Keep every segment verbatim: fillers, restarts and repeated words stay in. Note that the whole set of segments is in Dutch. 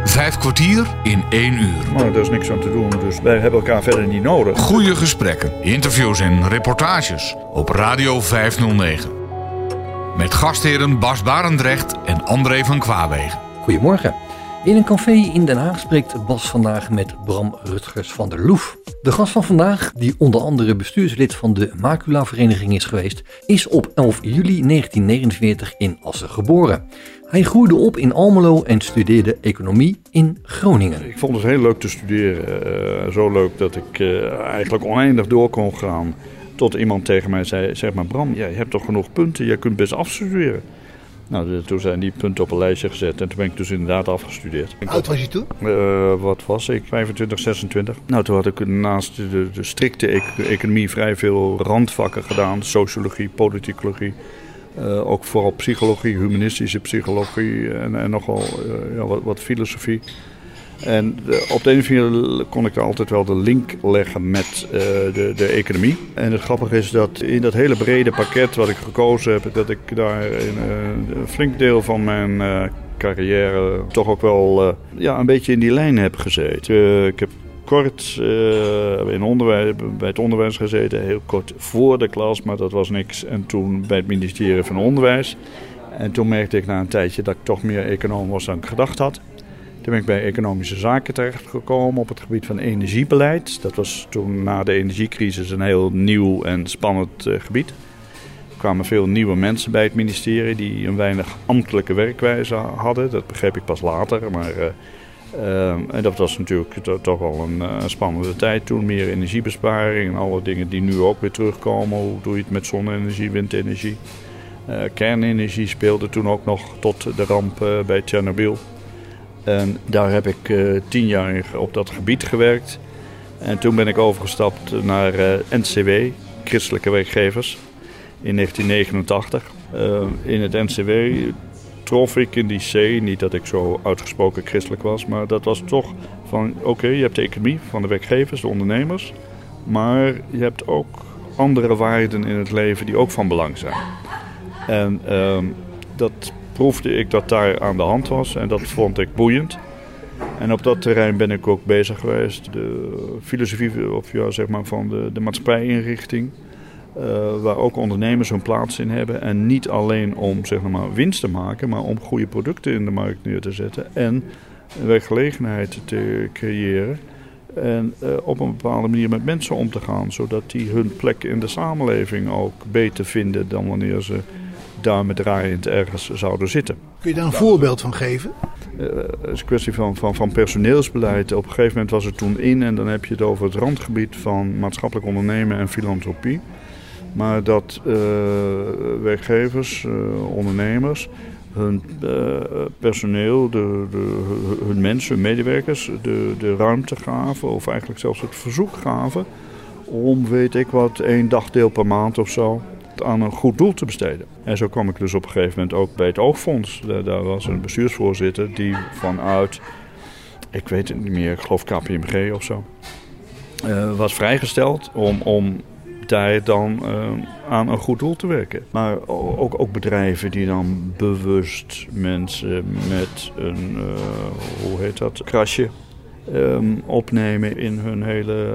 Vijf kwartier in één uur. Maar er is niks aan te doen, dus wij hebben elkaar verder niet nodig. Goede gesprekken, interviews en reportages op Radio vijfhonderdnegen. Met gastheren Bas Barendrecht en André van Kwaabegen. Goedemorgen. In een café in Den Haag spreekt Bas vandaag met Bram Rutgers van der Loef. De gast van vandaag, die onder andere bestuurslid van de Macula-vereniging is geweest, is op elf juli negentien negenenveertig in Assen geboren. Hij groeide op in Almelo en studeerde economie in Groningen. Ik vond het heel leuk te studeren. Uh, zo leuk dat ik uh, eigenlijk oneindig door kon gaan. Tot iemand tegen mij zei, zeg maar Bram, jij hebt toch genoeg punten, jij kunt best afstuderen. Nou, toen zijn die punten op een lijstje gezet en toen ben ik dus inderdaad afgestudeerd. Hoe oud was je toen? Uh, wat was ik? vijfentwintig, zesentwintig. Nou, toen had ik naast de, de strikte econ- economie vrij veel randvakken gedaan. Sociologie, politicologie. Uh, ook vooral psychologie, humanistische psychologie en, en nogal uh, ja, wat, wat filosofie. En de, op de een of andere manier kon ik daar altijd wel de link leggen met uh, de, de economie. En het grappige is dat in dat hele brede pakket wat ik gekozen heb, dat ik daar in, uh, een flink deel van mijn uh, carrière toch ook wel uh, ja, een beetje in die lijn heb gezeten. Uh, ik heb kort uh, in onderwijs, bij het onderwijs gezeten, heel kort voor de klas, maar dat was niks. En toen bij het ministerie van Onderwijs. En toen merkte ik na een tijdje dat ik toch meer econoom was dan ik gedacht had. Toen ben ik bij economische zaken terechtgekomen op het gebied van energiebeleid. Dat was toen na de energiecrisis een heel nieuw en spannend uh, gebied. Er kwamen veel nieuwe mensen bij het ministerie die een weinig ambtelijke werkwijze hadden. Dat begreep ik pas later, maar uh, uh, en dat was natuurlijk to- toch wel een uh, spannende tijd toen. Meer energiebesparing en alle dingen die nu ook weer terugkomen. Hoe doe je het met zonne-energie, windenergie? Uh, kernenergie speelde toen ook nog tot de ramp uh, bij Tsjernobyl. En daar heb ik uh, tien jaar op dat gebied gewerkt. En toen ben ik overgestapt naar uh, N C W, Christelijke Werkgevers, in negentien negenentachtig. Uh, in het N C W trof ik in die C, niet dat ik zo uitgesproken christelijk was, maar dat was toch van, oké, okay, je hebt de economie van de werkgevers, de ondernemers, maar je hebt ook andere waarden in het leven die ook van belang zijn. En uh, dat proefde ik dat daar aan de hand was en dat vond ik boeiend. En op dat terrein ben ik ook bezig geweest. De filosofie of ja, zeg maar van de, de maatschappijinrichting, uh, waar ook ondernemers hun plaats in hebben. En niet alleen om zeg maar, winst te maken, maar om goede producten in de markt neer te zetten en werkgelegenheid te creëren. En uh, op een bepaalde manier met mensen om te gaan, zodat die hun plek in de samenleving ook beter vinden dan wanneer ze daar met draaiend ergens zouden zitten. Kun je daar een voorbeeld van geven? Uh, het is een kwestie van, van, van personeelsbeleid. Op een gegeven moment was het toen in en dan heb je het over het randgebied van maatschappelijk ondernemen en filantropie. Maar dat uh, werkgevers, uh, ondernemers, hun uh, personeel, de, de, hun mensen, hun medewerkers, de, de ruimte gaven of eigenlijk zelfs het verzoek gaven om, weet ik wat, één dagdeel per maand of zo aan een goed doel te besteden. En zo kwam ik dus op een gegeven moment ook bij het Oogfonds. Daar was een bestuursvoorzitter die vanuit, ik weet het niet meer, ik geloof K P M G of zo, uh, was vrijgesteld om, om daar dan uh, aan een goed doel te werken. Maar ook, ook bedrijven die dan bewust mensen met een, uh, hoe heet dat, krasje um, opnemen in hun hele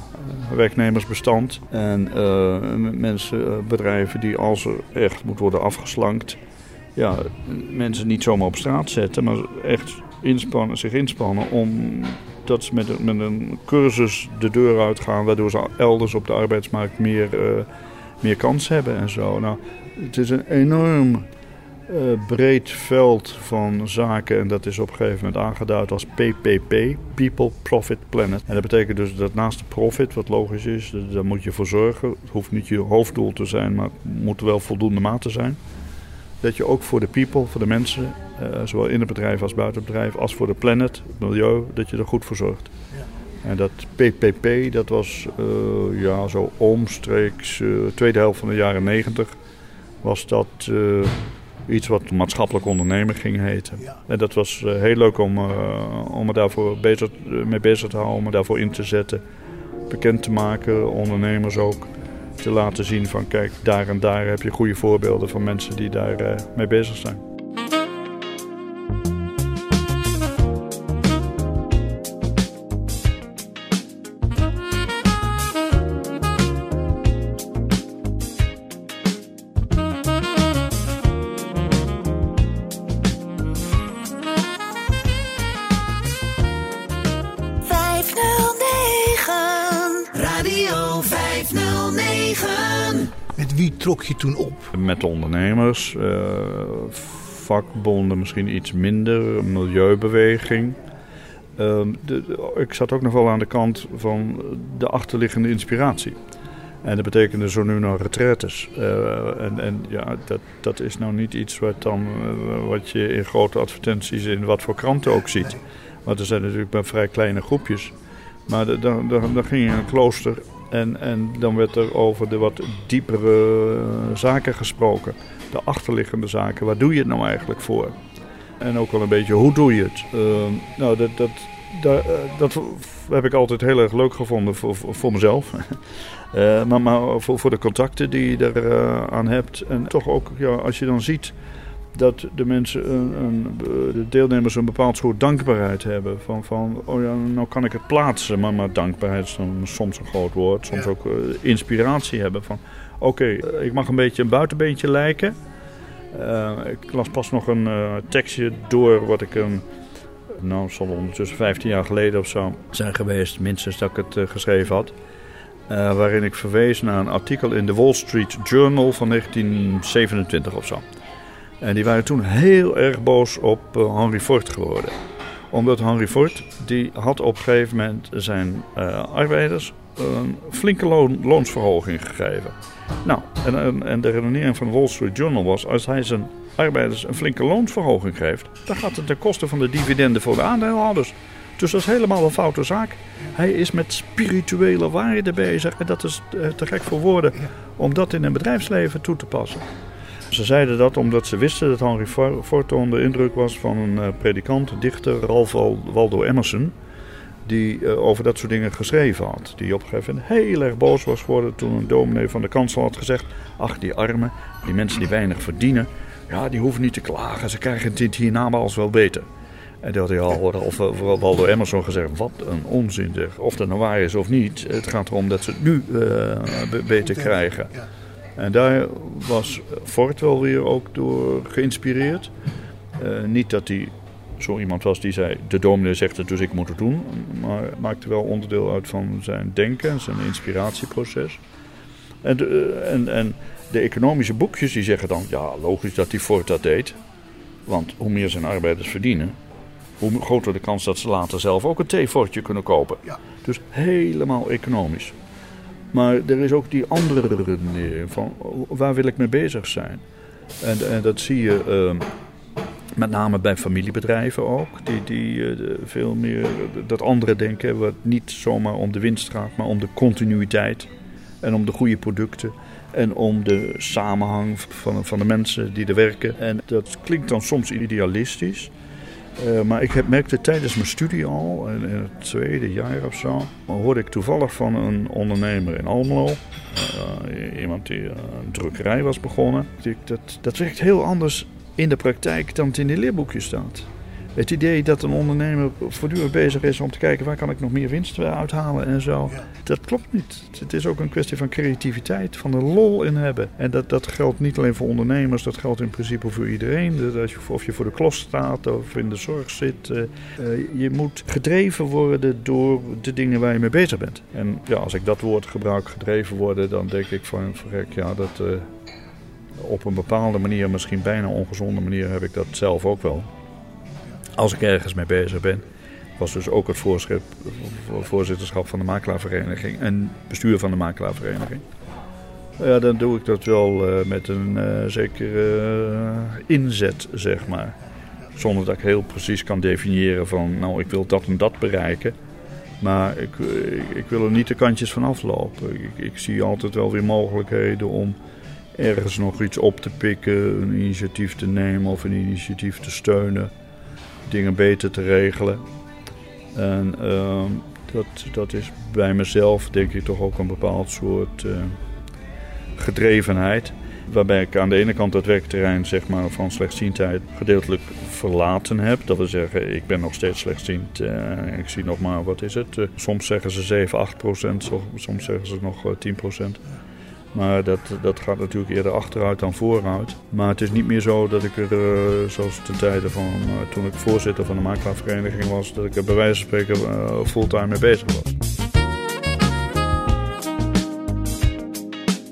werknemersbestand. En uh, mensen, uh, bedrijven die als er echt moet worden afgeslankt, ja, mensen niet zomaar op straat zetten, maar echt inspannen, zich inspannen om dat ze met een, met een cursus de deur uitgaan, waardoor ze elders op de arbeidsmarkt meer, uh, meer kans hebben en zo. Nou, het is een enorm uh, breed veld van zaken en dat is op een gegeven moment aangeduid als P P P, People, Profit, Planet. En dat betekent dus dat naast de profit, wat logisch is, daar moet je voor zorgen. Het hoeft niet je hoofddoel te zijn, maar het moet wel voldoende mate zijn. Dat je ook voor de people, voor de mensen, uh, zowel in het bedrijf als buiten het bedrijf, als voor de planet, het milieu, dat je er goed voor zorgt. Ja. En dat P P P, dat was uh, ja, zo omstreeks uh, tweede helft van de jaren negentig, was dat uh, iets wat maatschappelijk ondernemen ging heten. Ja. En dat was uh, heel leuk om, uh, om me daarvoor bezig, mee bezig te houden, om me daarvoor in te zetten, bekend te maken, ondernemers ook. Te laten zien van kijk, daar en daar heb je goede voorbeelden van mensen die daar uh, mee bezig zijn. negen. Met wie trok je toen op? Met ondernemers, uh, vakbonden misschien iets minder, milieubeweging. Uh, de, de, ik zat ook nog wel aan de kant van de achterliggende inspiratie. En dat betekende zo nu nog retraites. Uh, en en ja, dat, dat is nou niet iets wat, dan, uh, wat je in grote advertenties in wat voor kranten ook ziet. Want er zijn natuurlijk maar vrij kleine groepjes. Maar dan, dan, dan ging je in een klooster en, en dan werd er over de wat diepere uh, zaken gesproken. De achterliggende zaken, waar doe je het nou eigenlijk voor? En ook wel een beetje, hoe doe je het? Uh, nou, dat, dat, dat, dat heb ik altijd heel erg leuk gevonden voor, voor mezelf. Uh, maar maar voor, voor de contacten die je er uh, aan hebt. En toch ook, ja, als je dan ziet dat de mensen, een, een, de deelnemers een bepaald soort dankbaarheid hebben. Van, van oh ja, nou kan ik het plaatsen. Maar, maar dankbaarheid is dan soms een groot woord. Soms ja. ook uh, inspiratie hebben van, oké, okay, uh, ik mag een beetje een buitenbeentje lijken. Uh, ik las pas nog een uh, tekstje door wat ik een... Nou, het zal ondertussen vijftien jaar geleden of zo zijn geweest. Minstens dat ik het uh, geschreven had. Uh, waarin ik verwees naar een artikel in de Wall Street Journal van negentien zevenentwintig of zo. En die waren toen heel erg boos op uh, Henry Ford geworden. Omdat Henry Ford, die had op een gegeven moment zijn uh, arbeiders een flinke loon, loonsverhoging gegeven. Nou, en, en, en de redenering van de Wall Street Journal was, als hij zijn arbeiders een flinke loonsverhoging geeft, dan gaat het ten koste van de dividenden voor de aandeelhouders. Dus dat is helemaal een foute zaak. Hij is met spirituele waarden bezig. En dat is te gek voor woorden om dat in een bedrijfsleven toe te passen. Ze zeiden dat omdat ze wisten dat Henry Ford onder indruk was van een predikant, dichter, Ralph Waldo Emerson. Die uh, over dat soort dingen geschreven had. Die op een gegeven moment heel erg boos was geworden toen een dominee van de kansel had gezegd, ach, die armen, die mensen die weinig verdienen, ja, die hoeven niet te klagen. Ze krijgen het hierna maar als wel beter. En dat had hij al Ralph Waldo Emerson gezegd, wat een onzin zeg. Of dat nou waar is of niet, het gaat erom dat ze het nu uh, beter krijgen. En daar was Ford wel weer ook door geïnspireerd. Uh, niet dat hij zo iemand was die zei, de dominee zegt het dus ik moet het doen. Maar maakte wel onderdeel uit van zijn denken, zijn inspiratieproces. En de, en, en de economische boekjes die zeggen dan, ja logisch dat die Ford dat deed. Want hoe meer zijn arbeiders verdienen, hoe groter de kans dat ze later zelf ook een theefortje kunnen kopen. Ja. Dus helemaal economisch. Maar er is ook die andere redenering van waar wil ik mee bezig zijn. En, en dat zie je uh, met name bij familiebedrijven ook. Die, die uh, veel meer dat andere denken. Wat niet zomaar om de winst gaat, maar om de continuïteit. En om de goede producten. En om de samenhang van, van de mensen die er werken. En dat klinkt dan soms idealistisch. Uh, maar ik heb, merkte tijdens mijn studie al, in, in het tweede jaar of zo, hoorde ik toevallig van een ondernemer in Almelo. Uh, iemand die uh, een drukkerij was begonnen. Dat, dat werkt heel anders in de praktijk dan het in die leerboekjes staat. Het idee dat een ondernemer voortdurend bezig is om te kijken waar kan ik nog meer winst uithalen en zo. Ja. Dat klopt niet. Het is ook een kwestie van creativiteit, van er lol in hebben. En dat, dat geldt niet alleen voor ondernemers, dat geldt in principe voor iedereen. Dat als je, of je voor de klos staat of in de zorg zit. Uh, uh, je moet gedreven worden door de dingen waar je mee bezig bent. En ja, als ik dat woord gebruik, gedreven worden, dan denk ik van verrek, ja, dat uh, op een bepaalde manier, misschien bijna ongezonde manier, heb ik dat zelf ook wel. Als ik ergens mee bezig ben, was dus ook het voorzitterschap van de makelaarvereniging en bestuur van de makelaarvereniging. Ja, dan doe ik dat wel uh, met een uh, zekere uh, inzet, zeg maar. Zonder dat ik heel precies kan definiëren van, nou, ik wil dat en dat bereiken. Maar ik, ik, ik wil er niet de kantjes van aflopen. Ik, ik zie altijd wel weer mogelijkheden om ergens nog iets op te pikken, een initiatief te nemen of een initiatief te steunen. Dingen beter te regelen. En uh, dat, dat is bij mezelf denk ik toch ook een bepaald soort uh, gedrevenheid. Waarbij ik aan de ene kant het werkterrein zeg maar, van slechtziendheid gedeeltelijk verlaten heb. Dat wil zeggen, ik ben nog steeds slechtziend. Uh, ik zie nog maar, wat is het? Uh, soms zeggen ze zeven, acht procent. Soms zeggen ze nog uh, tien procent. Maar dat, dat gaat natuurlijk eerder achteruit dan vooruit. Maar het is niet meer zo dat ik er, uh, zoals ten tijde van uh, toen ik voorzitter van de makelaarvereniging was, dat ik er bij wijze van spreken uh, fulltime mee bezig was.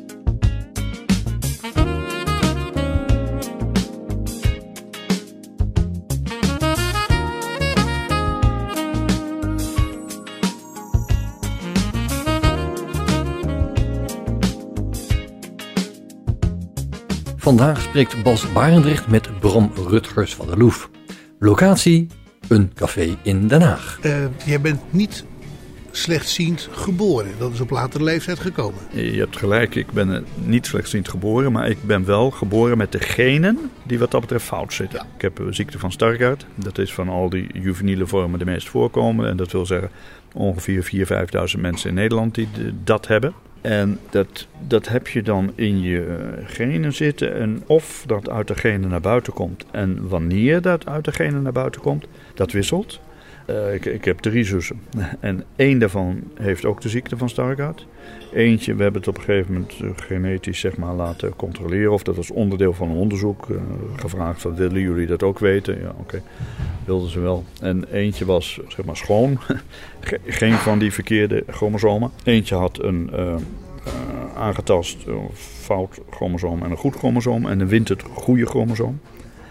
Vandaag spreekt Bas Barendrecht met Bram Rutgers van de Loef. Locatie, een café in Den Haag. Uh, jij bent niet slechtziend geboren. Dat is op latere leeftijd gekomen. Je hebt gelijk, ik ben niet slechtziend geboren, maar ik ben wel geboren met de genen die wat dat betreft fout zitten. Ja. Ik heb een ziekte van Stargardt. Dat is van al die juveniele vormen de meest voorkomende. En dat wil zeggen ongeveer vierduizend, vijfduizend mensen in Nederland die dat hebben. En dat, dat heb je dan in je genen zitten. En of dat uit de genen naar buiten komt en wanneer dat uit de genen naar buiten komt, dat wisselt. Uh, ik, ik heb drie zussen. En één daarvan heeft ook de ziekte van Stargardt. Eentje, we hebben het op een gegeven moment uh, genetisch zeg maar, laten controleren. Of dat was onderdeel van een onderzoek. Uh, gevraagd van, willen jullie dat ook weten? Ja, oké. Okay. Wilden ze wel. En eentje was zeg maar schoon. Geen van die verkeerde chromosomen. Eentje had een uh, uh, aangetast uh, fout chromosoom en een goed chromosoom. En dan wint het goede chromosoom.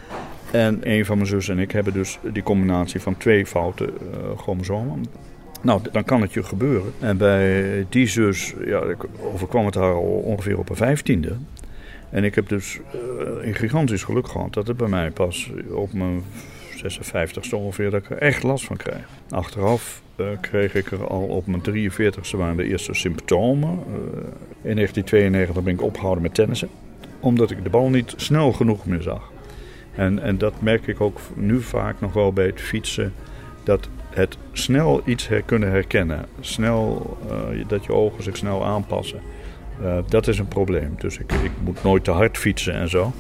En een van mijn zussen en ik hebben dus die combinatie van twee foute uh, chromosomen. Nou, dan kan het je gebeuren. En bij die zus ja, overkwam het haar al ongeveer op een vijftiende. En ik heb dus uh, een gigantisch geluk gehad dat het bij mij pas op mijn zesenvijftigste ongeveer dat ik er echt last van krijg. Achteraf uh, kreeg ik er al op mijn drieënveertigste waren de eerste symptomen. Uh, in negentien tweeënnegentig ben ik opgehouden met tennissen. Omdat ik de bal niet snel genoeg meer zag. En, en dat merk ik ook nu vaak nog wel bij het fietsen. Dat het snel iets her kunnen herkennen. Snel, uh, dat je ogen zich snel aanpassen. Uh, dat is een probleem. Dus ik, ik moet nooit te hard fietsen en zo.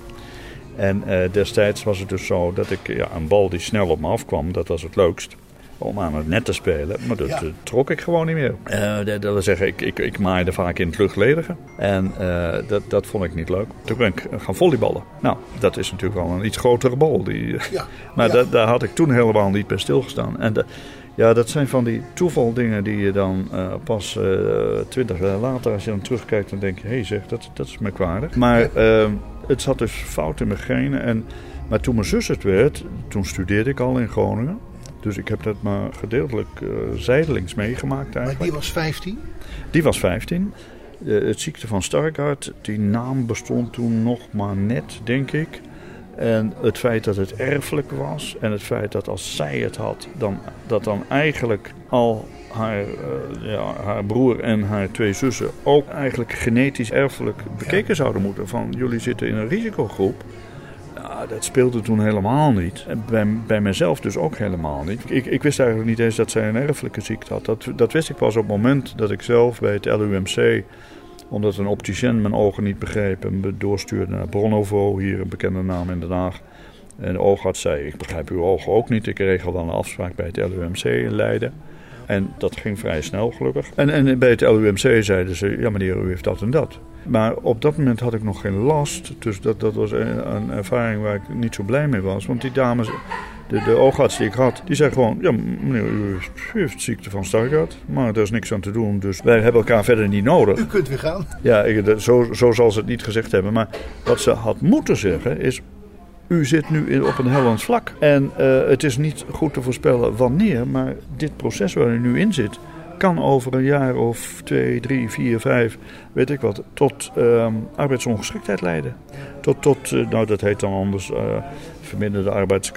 En uh, destijds was het dus zo dat ik ja, een bal die snel op me afkwam, dat was het leukst. Om aan het net te spelen, maar dat ja. uh, trok ik gewoon niet meer. Uh, dat wil zeggen, ik, ik, ik maaide vaak in het luchtledige. En uh, dat, dat vond ik niet leuk. Toen ben ik gaan volleyballen. Nou, dat is natuurlijk wel een iets grotere bal. Die, ja. Maar ja. Da, daar had ik toen helemaal niet bij stilgestaan. En de, ja, dat zijn van die toevaldingen die je dan uh, pas uh, twintig jaar later, als je dan terugkijkt, dan denk je, hé hey zeg, dat, dat is merkwaardig. Maar uh, het zat dus fout in mijn genen. En, maar toen mijn zus het werd, toen studeerde ik al in Groningen. Dus ik heb dat maar gedeeltelijk uh, zijdelings meegemaakt eigenlijk. Maar die was vijftien? Die was vijftien. Uh, het ziekte van Stargardt, die naam bestond toen nog maar net, denk ik. En het feit dat het erfelijk was en het feit dat als zij het had, dan, dat dan eigenlijk al haar, uh, ja, haar broer en haar twee zussen ook eigenlijk genetisch erfelijk bekeken zouden moeten. Van jullie zitten in een risicogroep. Ja, dat speelde toen helemaal niet. En bij, bij mezelf dus ook helemaal niet. Ik, ik wist eigenlijk niet eens dat zij een erfelijke ziekte had. Dat, dat wist ik pas op het moment dat ik zelf bij het L U M C, omdat een opticien mijn ogen niet begreep en me doorstuurde naar Bronovo, hier een bekende naam in Den Haag. En de oogarts zei, ik begrijp uw ogen ook niet. Ik regel dan een afspraak bij het L U M C in Leiden. En dat ging vrij snel gelukkig. En, en bij het L U M C zeiden ze, ja meneer, u heeft dat en dat. Maar op dat moment had ik nog geen last. Dus dat, dat was een, een ervaring waar ik niet zo blij mee was. Want die dames, de, de oogarts die ik had, die zei gewoon, ja meneer, u heeft ziekte van Stargardt. Maar er is niks aan te doen, dus wij hebben elkaar verder niet nodig. U kunt weer gaan. Ja, ik, zo, zo zal ze het niet gezegd hebben. Maar wat ze had moeten zeggen is, u zit nu op een hellend vlak. En uh, het is niet goed te voorspellen wanneer, maar dit proces waar u nu in zit, kan over een jaar of twee, drie, vier, vijf, weet ik wat, tot uh, arbeidsongeschiktheid leiden. Tot, tot uh, nou dat heet dan anders, uh, verminderde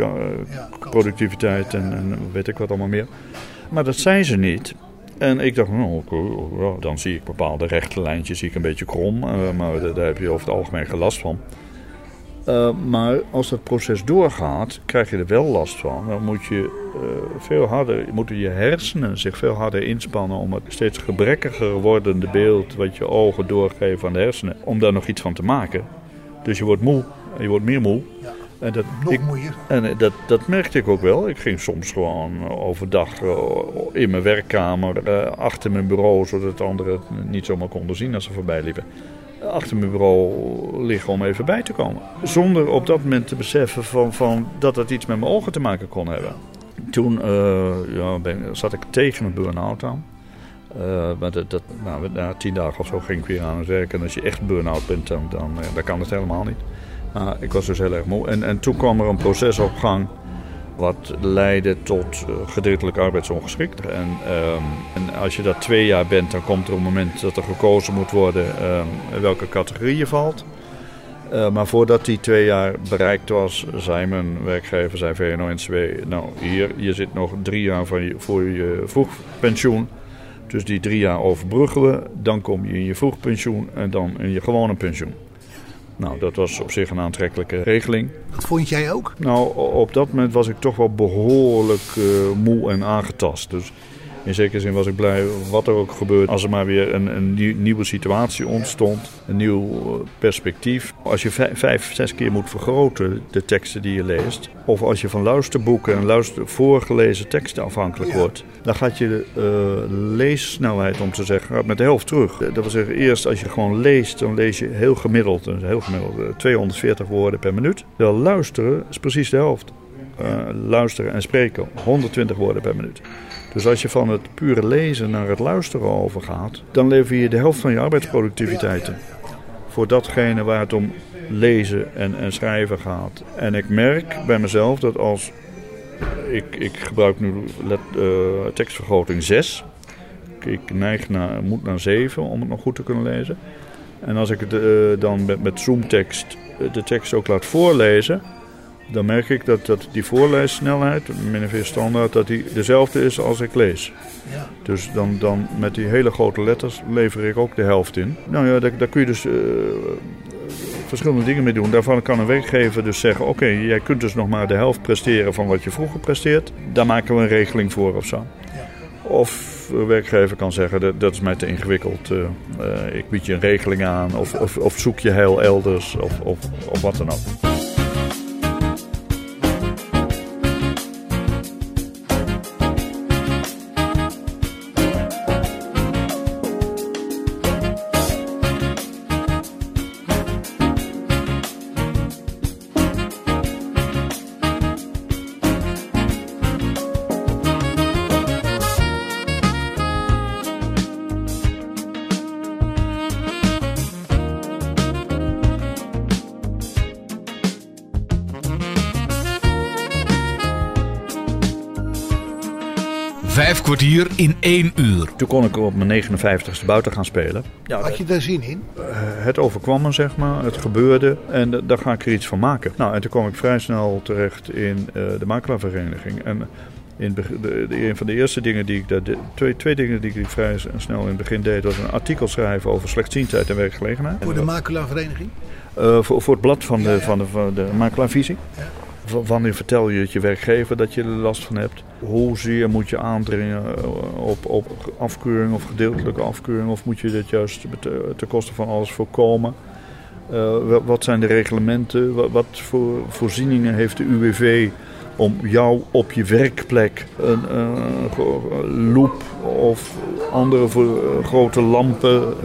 arbeidsproductiviteit en, en weet ik wat allemaal meer. Maar dat zei ze niet. En ik dacht, nou, okay, dan zie ik bepaalde rechte lijntjes, zie ik een beetje krom, uh, maar daar, daar heb je over het algemeen geen last van. Uh, maar als dat proces doorgaat, krijg je er wel last van. Dan moet je uh, veel harder, moeten je hersenen zich veel harder inspannen om het steeds gebrekkiger wordende beeld wat je ogen doorgeven aan de hersenen, om daar nog iets van te maken. Dus je wordt moe, je wordt meer moe. Ja, en dat, nog ik, moeier. En dat, dat merkte ik ook wel. Ik ging soms gewoon overdag uh, in mijn werkkamer, uh, achter mijn bureau, zodat anderen het niet zomaar konden zien als ze voorbij liepen, achter mijn bureau liggen om even bij te komen. Zonder op dat moment te beseffen van, van dat het iets met mijn ogen te maken kon hebben. Toen uh, ja, ben, zat ik tegen een burn-out aan. Uh, maar dat, dat, nou, na tien dagen of zo ging ik weer aan het werk. En als je echt burn-out bent, dan, dan, dan kan het helemaal niet. Maar ik was dus heel erg moe. En, en toen kwam er een proces op gang wat leidde tot uh, gedeeltelijk arbeidsongeschikt. En, um, en als je dat twee jaar bent, dan komt er een moment dat er gekozen moet worden um, in welke categorie je valt. Uh, maar voordat die twee jaar bereikt was, zei mijn werkgever, zei V N O N C W... nou, hier, je zit nog drie jaar voor je, voor je vroegpensioen. Dus die drie jaar overbruggen we. Dan kom je in je vroegpensioen en dan in je gewone pensioen. Nou, dat was op zich een aantrekkelijke regeling. Dat vond jij ook? Nou, op dat moment was ik toch wel behoorlijk uh, moe en aangetast. Dus in zekere zin was ik blij wat er ook gebeurde. Als er maar weer een, een nieuw, nieuwe situatie ontstond, een nieuw perspectief. Als je vijf, vijf, zes keer moet vergroten de teksten die je leest, of als je van luisterboeken en luister, voorgelezen teksten afhankelijk ja. wordt, dan gaat je uh, leessnelheid, om te zeggen, gaat met de helft terug. Dat wil zeggen, eerst als je gewoon leest, dan lees je heel gemiddeld, heel gemiddeld tweehonderdveertig woorden per minuut. Terwijl luisteren is precies de helft. Uh, luisteren en spreken, honderdtwintig woorden per minuut. Dus als je van het pure lezen naar het luisteren overgaat, dan lever je de helft van je arbeidsproductiviteit in. Voor datgene waar het om lezen en, en schrijven gaat. En ik merk bij mezelf dat als... Ik, ik gebruik nu let, uh, tekstvergroting zes. Ik neig naar, moet naar zeven om het nog goed te kunnen lezen. En als ik het uh, dan met, met zoomtekst de tekst ook laat voorlezen, dan merk ik dat, dat die voorleessnelheid, min of meer standaard, dat die dezelfde is als ik lees. Ja. Dus dan, dan met die hele grote letters lever ik ook de helft in. Nou ja, daar, daar kun je dus uh, verschillende dingen mee doen. Daarvan kan een werkgever dus zeggen, oké, okay, jij kunt dus nog maar de helft presteren van wat je vroeger presteert. Daar maken we een regeling voor of zo. Ja. Of een werkgever kan zeggen, dat, dat is mij te ingewikkeld. Uh, uh, ik bied je een regeling aan of, of, of zoek je heil elders of, of, of wat dan ook. Vijf kwartier in één uur. Toen kon ik op mijn negenenvijftigste buiten gaan spelen. Ja, had je daar zin in? Uh, het overkwam me, zeg maar. Het gebeurde. En uh, daar ga ik er iets van maken. Nou, en toen kwam ik vrij snel terecht in uh, de makelaarvereniging. En in de, de, de, een van de eerste dingen die ik... De, de, twee, twee dingen die ik vrij snel in het begin deed, was een artikel schrijven over slechtziendheid en werkgelegenheid. Voor de makelaarvereniging? Uh, voor, voor het blad van de, ja, ja. Van de, van de makelaarvisie. Ja. Wanneer vertel je het je werkgever dat je er last van hebt? Hoezeer moet je aandringen op, op afkeuring of gedeeltelijke afkeuring? Of moet je dit juist ten koste van alles voorkomen? Uh, wat zijn de reglementen? Wat, wat voor voorzieningen heeft de U W V om jou op je werkplek een uh, loep of andere voor, uh, grote lampen uh,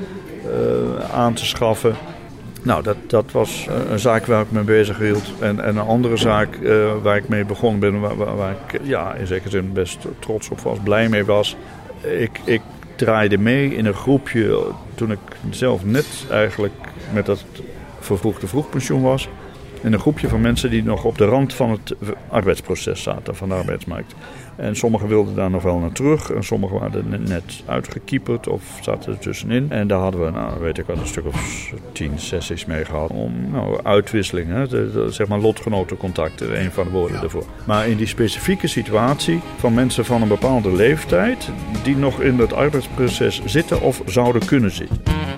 uh, aan te schaffen? Nou, dat, dat was een zaak waar ik mee bezig hield. En, en een andere zaak uh, waar ik mee begonnen ben, waar, waar, waar ik ja, in zekere zin best trots op was, blij mee was. Ik, ik draaide mee in een groepje toen ik zelf net eigenlijk met dat vervroegde vroegpensioen was. In een groepje van mensen die nog op de rand van het arbeidsproces zaten, van de arbeidsmarkt. En sommigen wilden daar nog wel naar terug. En sommigen waren net uitgekieperd of zaten er tussenin. En daar hadden we, nou weet ik wel, een stuk of tien sessies mee gehad. Om nou, uitwisseling, hè, de, de, zeg maar lotgenotencontact, een van de woorden ja. ervoor. Maar in die specifieke situatie van mensen van een bepaalde leeftijd, die nog in het arbeidsproces zitten of zouden kunnen zitten.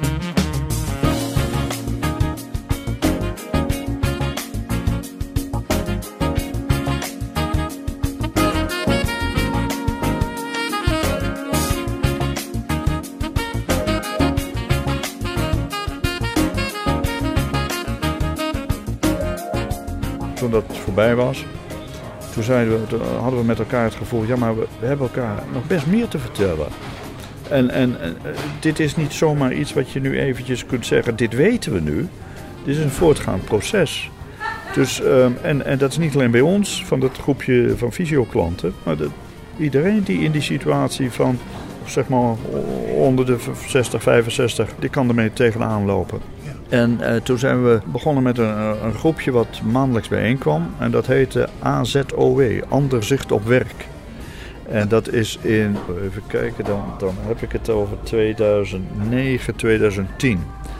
Toen dat voorbij was, toen, zeiden we, toen hadden we met elkaar het gevoel, ja maar we, we hebben elkaar nog best meer te vertellen. En, en, en dit is niet zomaar iets wat je nu eventjes kunt zeggen, dit weten we nu. Dit is een voortgaand proces. Dus, um, en, en dat is niet alleen bij ons, van dat groepje van fysioklanten, maar de, iedereen die in die situatie van, zeg maar, onder de zestig, vijfenzestig, die kan ermee tegenaan lopen. En uh, toen zijn we begonnen met een, een groepje wat maandelijks bijeenkwam. En dat heette A Z O W, Ander Zicht op Werk. En dat is in, even kijken, dan, dan heb ik het over tweeduizend negen, tweeduizend tien.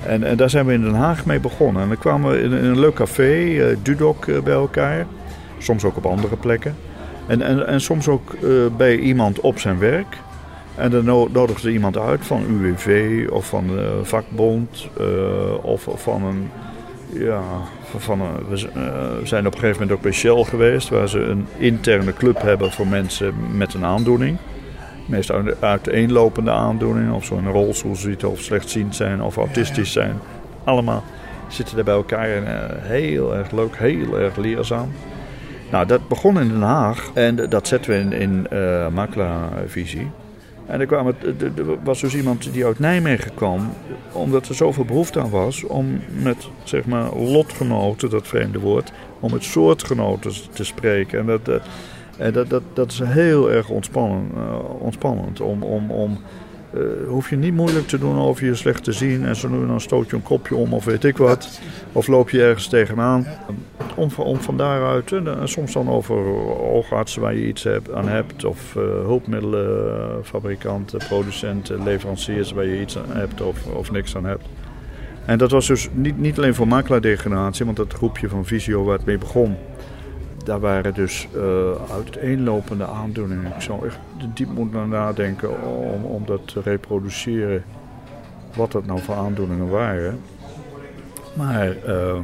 En, en daar zijn we in Den Haag mee begonnen. En dan kwamen we in, in een leuk café, uh, Dudok, uh, bij elkaar. Soms ook op andere plekken. En, en, en soms ook uh, bij iemand op zijn werk. En dan nodigden ze iemand uit van U W V of van de vakbond uh, of van een... Ja, van een, we zijn op een gegeven moment ook bij Shell geweest, waar ze een interne club hebben voor mensen met een aandoening. Meest uiteenlopende aandoeningen, of zo in een rolstoel zitten, of slechtziend zijn, of autistisch zijn. Allemaal zitten daar bij elkaar en uh, heel erg leuk, heel erg leerzaam. Nou, dat begon in Den Haag en dat zetten we in, in uh, Makelaarvisie. En er, kwam het, er was dus iemand die uit Nijmegen kwam, omdat er zoveel behoefte aan was om met, zeg maar, lotgenoten, dat vreemde woord, om met soortgenoten te spreken. En dat, en dat, dat, dat is heel erg ontspannend. Uh, ontspannend. Om, om, om, uh, hoef je niet moeilijk te doen over je slecht te zien en zo nu en dan stoot je een kopje om of weet ik wat. Of loop je ergens tegenaan. Om, om van daaruit, en soms dan over oogartsen waar je iets hebt, aan hebt, of uh, hulpmiddelenfabrikanten, producenten, leveranciers waar je iets aan hebt of, of niks aan hebt. En dat was dus niet, niet alleen voor makelaardegeneratie, want dat groepje van Visio waar het mee begon, daar waren dus uh, uiteenlopende aandoeningen. Ik zou echt diep moeten nadenken om, om dat te reproduceren, wat dat nou voor aandoeningen waren. Maar... Uh,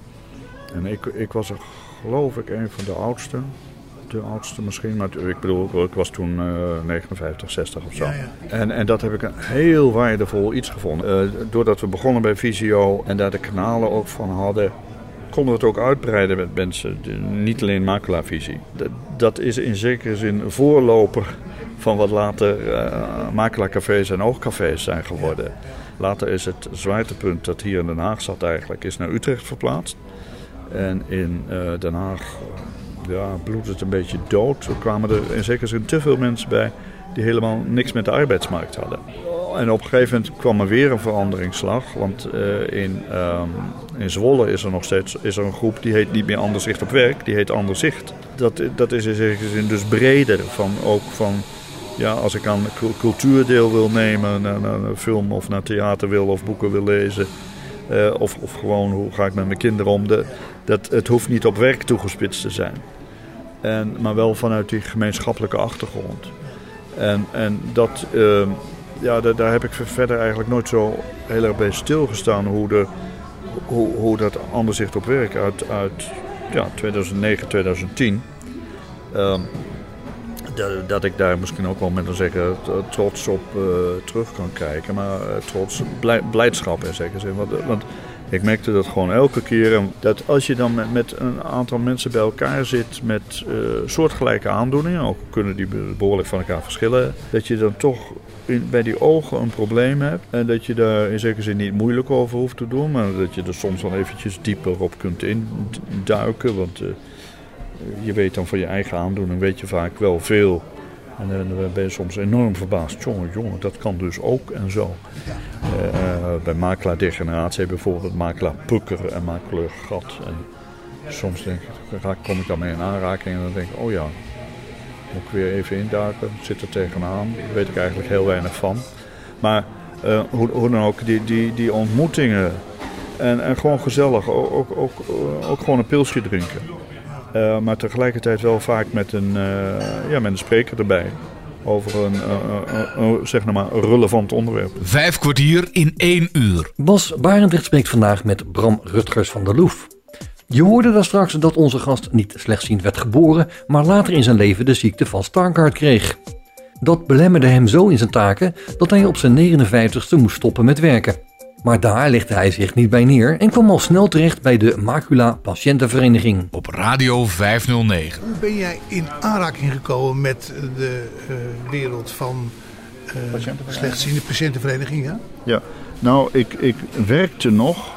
En ik, ik was er, geloof ik, een van de oudste. De oudste misschien, maar ik bedoel, ik was toen uh, negenenvijftig, zestig of zo. Ja, ja. En, en dat heb ik een heel waardevol iets gevonden. Uh, doordat we begonnen bij Visio en daar de kanalen ook van hadden, konden we het ook uitbreiden met mensen. De, niet alleen makelaarvisie. Dat, dat is in zekere zin een voorloper van wat later uh, makelaarcafés en oogcafés zijn geworden. Later is het zwaartepunt dat hier in Den Haag zat eigenlijk, is naar Utrecht verplaatst. En in uh, Den Haag ja, bloedde het een beetje dood. Er kwamen er in zekere zin te veel mensen bij die helemaal niks met de arbeidsmarkt hadden. En op een gegeven moment kwam er weer een veranderingsslag. Want uh, in, um, in Zwolle is er nog steeds is er een groep die heet niet meer Anderzicht op werk. Die heet Anderzicht. Dat, dat is in zekere zin dus breder. Van, ook van, ja, als ik aan cultuurdeel wil nemen, naar, naar een film of naar theater wil of boeken wil lezen. Uh, of, of gewoon hoe ga ik met mijn kinderen om. De, dat, het hoeft niet op werk toegespitst te zijn. En, maar wel vanuit die gemeenschappelijke achtergrond. En, en dat, uh, ja, daar, daar heb ik verder eigenlijk nooit zo heel erg bij stilgestaan. Hoe, de, hoe, hoe dat Anderzicht op werk uit, uit ja, tweeduizend negen, tweeduizend tien... Uh, dat, dat ik daar misschien ook wel met een zekere trots op uh, terug kan kijken. Maar uh, trots, blij, blijdschap in zekere zin. Want, want ik merkte dat gewoon elke keer. Dat als je dan met, met een aantal mensen bij elkaar zit met uh, soortgelijke aandoeningen, ook kunnen die behoorlijk van elkaar verschillen, dat je dan toch in, bij die ogen een probleem hebt. En dat je daar in zekere zin niet moeilijk over hoeft te doen. Maar dat je er soms wel eventjes dieper op kunt induiken. Want uh, je weet dan van je eigen aandoening, weet je vaak wel veel. En dan ben je soms enorm verbaasd. Jongen, jongen, dat kan dus ook en zo. Uh, uh, bij makelaardegeneratie heb je bijvoorbeeld makelaarpukker en makelaargat. En soms denk ik, kom ik daarmee in aanraking en dan denk ik, oh ja, moet ik weer even induiken. Zit er tegenaan. Daar weet ik eigenlijk heel weinig van. Maar uh, hoe, hoe dan ook, die, die, die ontmoetingen. En, en gewoon gezellig. Ook, ook, ook, ook gewoon een pilsje drinken. Uh, maar tegelijkertijd wel vaak met een, uh, ja, met een spreker erbij. Over een, uh, uh, uh, zeg maar, een relevant onderwerp. Vijf kwartier in één uur. Bas Barendrecht spreekt vandaag met Bram Rutgers van der Loef. Je hoorde daar straks dat onze gast niet slechtziend werd geboren, maar later in zijn leven de ziekte van Stargardt kreeg. Dat belemmerde hem zo in zijn taken dat hij op zijn negenenvijftigste moest stoppen met werken. Maar daar legde hij zich niet bij neer en kwam al snel terecht bij de Macula Patiëntenvereniging. Op Radio vijfhonderdnegen. Hoe ben jij in aanraking gekomen met de uh, wereld van uh, slechtziende patiëntenvereniging? Ja? Ja, nou, ik, ik werkte nog.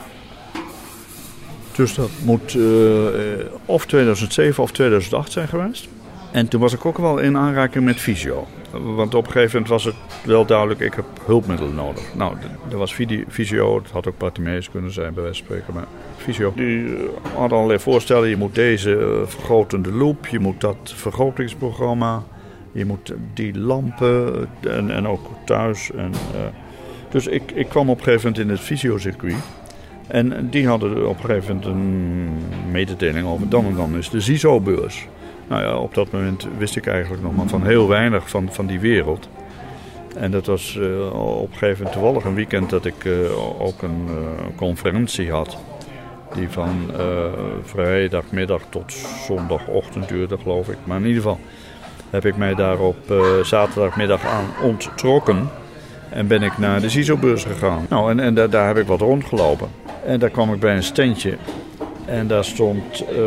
Dus dat moet uh, of tweeduizend zeven of tweeduizend acht zijn geweest. En toen was ik ook wel in aanraking met fysio. Want op een gegeven moment was het wel duidelijk, ik heb hulpmiddelen nodig. Nou, er was fysio, het had ook Bartimeus kunnen zijn bij wijze van spreken, maar fysio. Die hadden allerlei voorstellen, je moet deze uh, vergrotende loop, je moet dat vergrotingsprogramma, je moet die lampen en, en ook thuis. En, uh, Dus ik, ik kwam op een gegeven moment in het fysiocircuit. En die hadden op een gegeven moment een mededeling over dan en dan is de Z I S O-beurs. Nou ja, op dat moment wist ik eigenlijk nog maar van heel weinig van, van die wereld. En dat was uh, op een gegeven moment toevallig een weekend dat ik uh, ook een uh, conferentie had. Die van uh, vrijdagmiddag tot zondagochtend duurde, geloof ik. Maar in ieder geval heb ik mij daar op uh, zaterdagmiddag aan onttrokken. En ben ik naar de Z I S O-beurs gegaan. Nou, en, en daar, daar heb ik wat rondgelopen. En daar kwam ik bij een standje. En daar stond uh,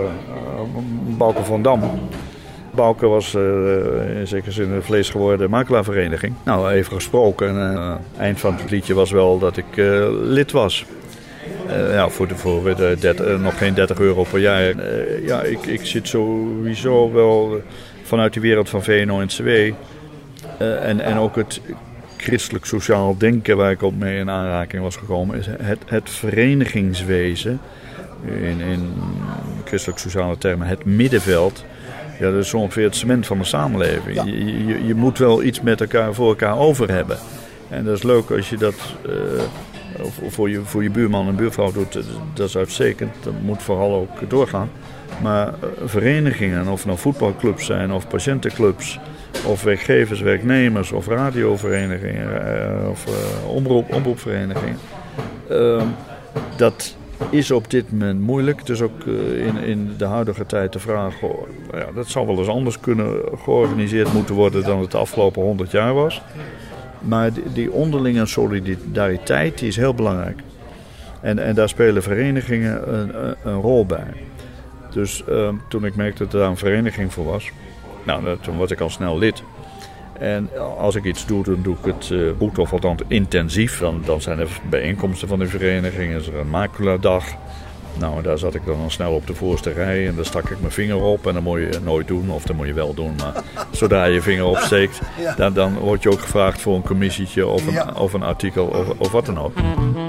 Bouke van Dam. Bouke was uh, in zekere zin een vlees geworden makelaarvereniging. Nou, even gesproken. En uh, eind van het liedje was wel dat ik uh, lid was. Uh, ja, voor, de, voor de dertig, uh, nog geen dertig euro per jaar. Uh, ja, ik, ik zit sowieso wel uh, vanuit de wereld van V N O N C W. Uh, en, en ook het christelijk sociaal denken waar ik op mee in aanraking was gekomen. Is het, het verenigingswezen. In, in christelijk sociale termen het middenveld. Ja, dat is ongeveer het cement van de samenleving. Ja. Je, je, je moet wel iets met elkaar voor elkaar over hebben. En dat is leuk als je dat uh, voor, je, voor je buurman en buurvrouw doet. Dat is uitstekend. Dat moet vooral ook doorgaan. Maar uh, verenigingen, of het nou voetbalclubs zijn of patiëntenclubs, of werkgevers, werknemers, of radioverenigingen, uh, of uh, omroep, omroepverenigingen. Uh, dat is op dit moment moeilijk. Het is ook uh, in, in de huidige tijd de vraag, oh, ja, dat zou wel eens anders kunnen georganiseerd moeten worden dan het de afgelopen honderd jaar was. Maar die, die onderlinge solidariteit die is heel belangrijk. En, en daar spelen verenigingen een, een rol bij. Dus uh, toen ik merkte dat er daar een vereniging voor was, nou, dat, toen was ik al snel lid. En als ik iets doe, dan doe ik het uh, goed of althans intensief. Dan, dan zijn er bijeenkomsten van de vereniging. Is er een maculadag. Nou, daar zat ik dan al snel op de voorste rij. En daar stak ik mijn vinger op. En dat moet je nooit doen. Of dat moet je wel doen. Maar zodra je je vinger opsteekt, ja. dan, dan word je ook gevraagd voor een commissietje. Of een, ja. of een artikel. Of, of wat dan ook.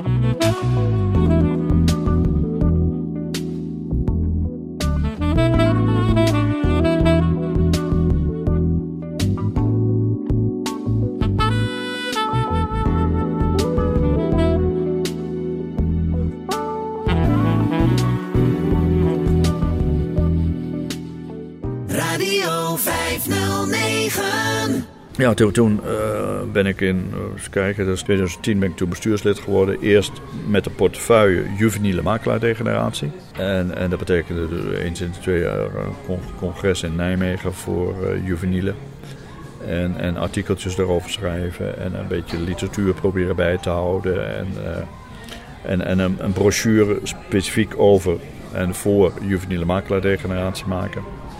Ja, toen, toen uh, ben ik in, uh, eens kijken, dus twintig tien ben ik toen bestuurslid geworden. Eerst met de portefeuille juveniele makelaardegeneratie. En, en dat betekende eens in de twee jaar een congres in Nijmegen voor uh, juvenielen. En, en artikeltjes daarover schrijven en een beetje literatuur proberen bij te houden. En, uh, en, en een, een brochure specifiek over en voor juveniele makelaardegeneratie maken.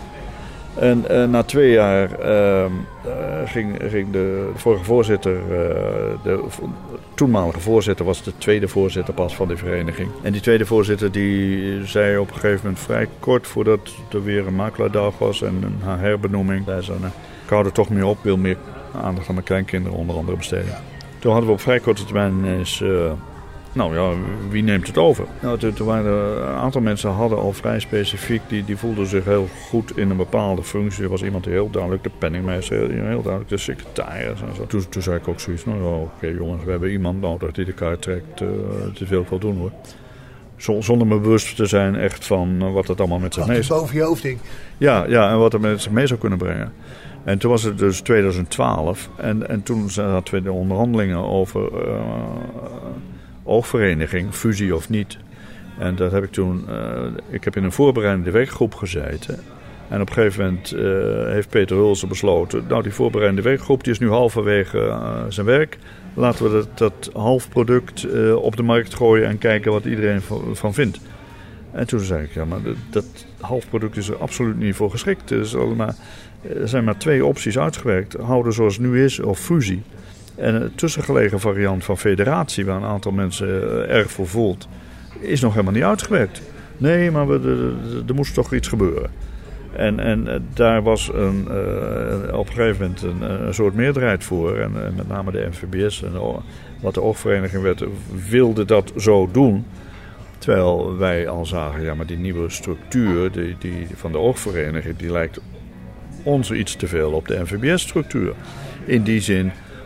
En uh, na twee jaar uh, uh, ging, ging de vorige voorzitter, uh, de toenmalige voorzitter was de tweede voorzitter pas van die vereniging. En die tweede voorzitter die zei op een gegeven moment vrij kort voordat er weer een makelaardag was en haar herbenoeming. Zei ze, nou, ik hou er toch mee op, wil meer aandacht aan mijn kleinkinderen onder andere besteden. Toen hadden we op vrij korte termijn eens... Uh, Nou ja, wie neemt het over? Nou, toen, toen waren er een aantal mensen hadden al vrij specifiek, die, die voelden zich heel goed in een bepaalde functie. Er was iemand die heel duidelijk de penningmeester, heel duidelijk de secretaris en zo. Toen, toen zei ik ook zoiets, nou oké okay, jongens, we hebben iemand nodig die de kaart trekt. Uh, dit wil ik wel doen hoor. Zonder me bewust te zijn echt van uh, wat het allemaal met zich mee zou. Boven je hoofd ding. Ja, ja, en wat het met zich mee zou kunnen brengen. En toen was het dus twintig twaalf en, en toen hadden we de onderhandelingen over... Uh, oogvereniging, fusie of niet. En dat heb ik toen... Uh, ik heb in een voorbereidende werkgroep gezeten. En op een gegeven moment uh, heeft Peter Hulsen besloten... nou, die voorbereidende werkgroep die is nu halverwege uh, zijn werk. Laten we dat, dat halfproduct uh, op de markt gooien... en kijken wat iedereen van, van vindt. En toen zei ik, ja, maar dat, dat halfproduct is er absoluut niet voor geschikt. Er, is allemaal, er zijn maar twee opties uitgewerkt. Houden zoals het nu is of fusie. En een tussengelegen variant van federatie, waar een aantal mensen erg voor voelt, is nog helemaal niet uitgewerkt. Nee, maar we, er, er moest toch iets gebeuren. En, en daar was een, uh, op een gegeven moment een, een soort meerderheid voor. En, en met name de N V B S en de, wat de oogvereniging werd, wilde dat zo doen. Terwijl wij al zagen, ja, maar die nieuwe structuur die, die van de oogvereniging, die lijkt ons iets te veel op de N V B S-structuur. In die zin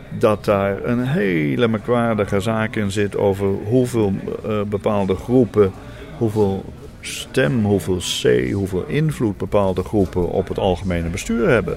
dat daar een hele merkwaardige zaak in zit over hoeveel uh, bepaalde groepen, hoeveel stem, hoeveel C, hoeveel invloed bepaalde groepen op het algemene bestuur hebben.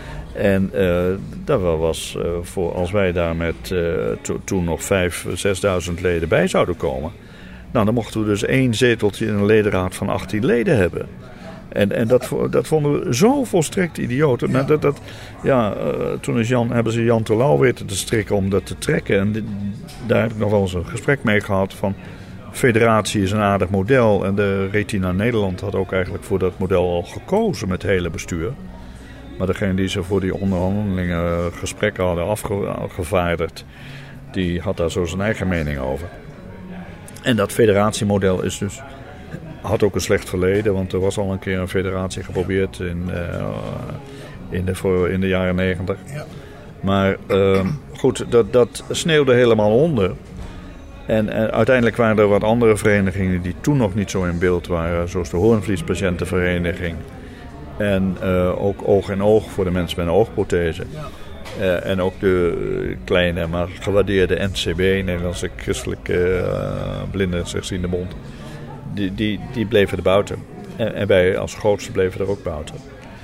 En uh, dat was uh, voor als wij daar met uh, to, toen nog vijfduizend, zesduizend leden bij zouden komen. Nou, dan mochten we dus één zeteltje in een ledenraad van achttien leden hebben. En, en dat, dat vonden we zo volstrekt idioot. Maar dat, dat, ja, uh, toen is Jan, hebben ze Jan Terlouw weten te strikken om dat te trekken. En dit, daar heb ik nog wel eens een gesprek mee gehad van... Federatie is een aardig model. En de Retina Nederland had ook eigenlijk voor dat model al gekozen met het hele bestuur. Maar degene die ze voor die onderhandelingen gesprekken hadden afgevaardigd... die had daar zo zijn eigen mening over. En dat federatiemodel is dus... had ook een slecht verleden, want er was al een keer een federatie geprobeerd in, uh, in, de, voor, in de jaren negentig. Ja. Maar uh, goed, dat, dat sneeuwde helemaal onder. En, en uiteindelijk waren er wat andere verenigingen die toen nog niet zo in beeld waren, zoals de Hoornvliespatiëntenvereniging. En uh, ook Oog in Oog voor de mensen met een oogprothese. Uh, en ook de kleine, maar gewaardeerde N C B, Nederlandse Christelijke uh, Blinde en Slechtziende Bond. Die, die, die bleven er buiten. En, en wij als grootste bleven er ook buiten.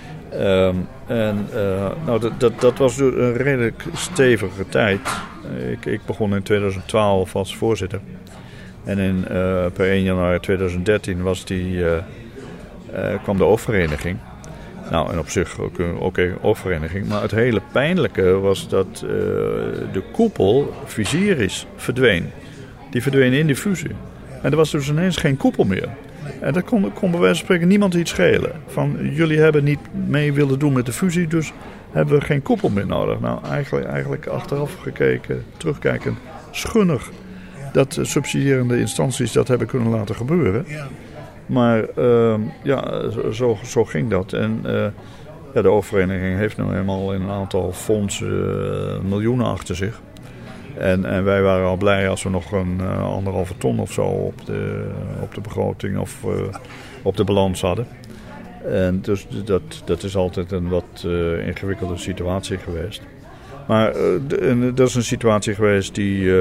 Um, en uh, nou, dat, dat, dat was een redelijk stevige tijd. Ik, ik begon in tweeduizend twaalf als voorzitter. En in, uh, per één januari tweeduizend dertien was die, uh, uh, kwam de oogvereniging. Nou, en op zich ook een okay, oogvereniging. Maar het hele pijnlijke was dat uh, de koepel Viziris verdween. Die verdween in de fusie. En er was dus ineens geen koepel meer. En dat kon, kon bij wijze van spreken niemand iets schelen. Van, jullie hebben niet mee willen doen met de fusie, dus hebben we geen koepel meer nodig. Nou, eigenlijk, eigenlijk achteraf gekeken, terugkijkend, schunnig dat subsidierende instanties dat hebben kunnen laten gebeuren. Maar uh, ja, zo, zo ging dat. En uh, ja, de oogvereniging heeft nu eenmaal in een aantal fondsen uh, miljoenen achter zich. En, en wij waren al blij als we nog een uh, anderhalve ton of zo op de, op de begroting of uh, op de balans hadden. En dus dat, dat is altijd een wat uh, ingewikkelde situatie geweest. Maar uh, de, dat is een situatie geweest die, uh,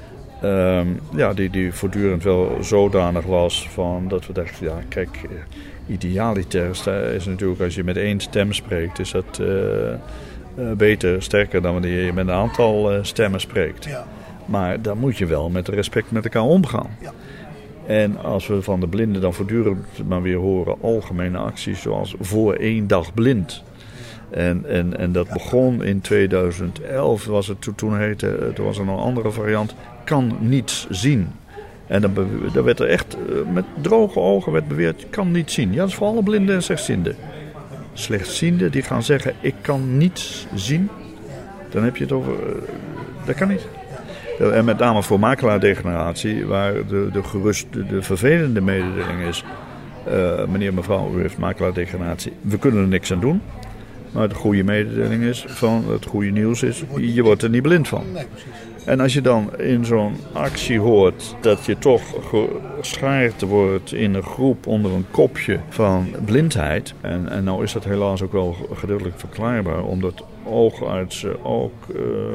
um, ja, die, die voortdurend wel zodanig was van dat we dachten, ja kijk, uh, idealiter is natuurlijk als je met één stem spreekt, is dat... Uh, Uh, beter, sterker dan wanneer je met een aantal uh, stemmen spreekt. Ja. Maar dan moet je wel met respect met elkaar omgaan. Ja. En als we van de blinden dan voortdurend maar weer horen algemene acties zoals voor één dag blind. En, en, en dat ja. begon in tweeduizend elf, was het, toen, toen heette, toen was er nog een andere variant, kan niets zien. En dan, dan werd er echt uh, met droge ogen werd beweerd, je kan niet zien. Ja, dat is voor alle blinden en slechtzienden. Slechtzienden die gaan zeggen, ik kan niets zien. Dan heb je het over, uh, dat kan niet. En met name voor makelaardegeneratie, waar de, de gerust, de, de vervelende mededeling is, uh, meneer, mevrouw, u heeft makelaardegeneratie, we kunnen er niks aan doen. Maar de goede mededeling is, van het goede nieuws is, je wordt er niet blind van. En als je dan in zo'n actie hoort dat je toch geschaard wordt in een groep onder een kopje van blindheid. En, en nou is dat helaas ook wel gedeeltelijk verklaarbaar, omdat oogartsen ook uh,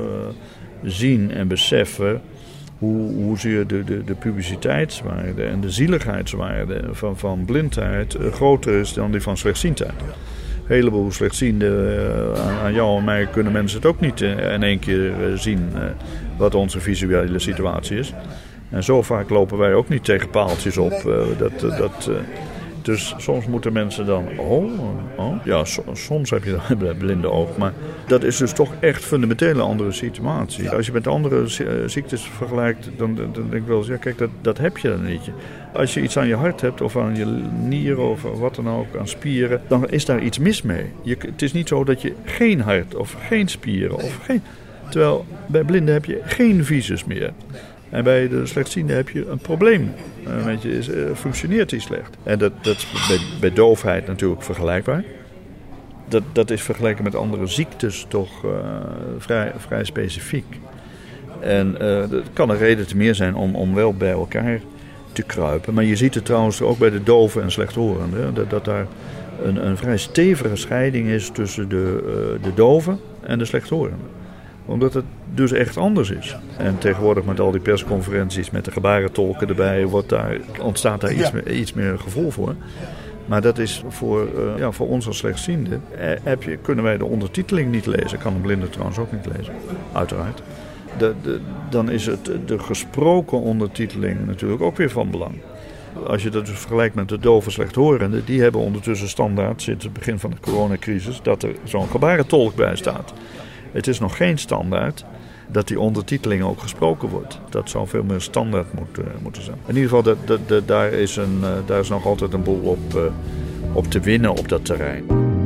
zien en beseffen hoe, hoezeer de, de, de publiciteitswaarde en de zieligheidswaarde van, van blindheid uh, groter is dan die van slechtziendheid. Een heleboel slechtzienden, uh, aan, aan jou en mij kunnen mensen het ook niet uh, in één keer uh, zien uh, wat onze visuele situatie is. En zo vaak lopen wij ook niet tegen paaltjes op. Uh, dat, uh, dat, uh, dus soms moeten mensen dan, oh, oh. ja, so, soms heb je dan een blinde oog. Maar dat is dus toch echt fundamenteel een andere situatie. Als je met andere ziektes vergelijkt, dan, dan denk ik wel eens, ja kijk, dat, dat heb je dan niet. Als je iets aan je hart hebt of aan je nieren of wat dan ook, aan spieren, dan is daar iets mis mee. Je, het is niet zo dat je geen hart of geen spieren of geen... Terwijl bij blinden heb je geen visus meer. En bij de slechtzienden heb je een probleem. Uh, weet je, is, uh, functioneert die slecht. En dat, dat is bij, bij doofheid natuurlijk vergelijkbaar. Dat, dat is vergeleken met andere ziektes toch uh, vrij, vrij specifiek. En uh, dat kan een reden te meer zijn om, om wel bij elkaar te kruipen. Maar je ziet het trouwens ook bij de doven en slechthorenden. Dat, dat daar een, een vrij stevige scheiding is tussen de, uh, de doven en de slechthorenden. Omdat het dus echt anders is. En tegenwoordig met al die persconferenties met de gebarentolken erbij, wordt daar, ontstaat daar iets, ja. meer, iets meer gevoel voor. Maar dat is voor, uh, ja, voor ons als slechtzienden, heb je, kunnen wij de ondertiteling niet lezen. Kan een blinde trouwens ook niet lezen, uiteraard. De, de, dan is het de gesproken ondertiteling natuurlijk ook weer van belang. Als je dat dus vergelijkt met de dove slechthorenden, die hebben ondertussen standaard sinds het begin van de coronacrisis dat er zo'n gebarentolk bij staat. Het is nog geen standaard dat die ondertiteling ook gesproken wordt. Dat zou veel meer standaard moeten, moeten zijn. In ieder geval, dat, dat, dat, daar, is een, uh, daar is nog altijd een boel op, uh, op te winnen op dat terrein.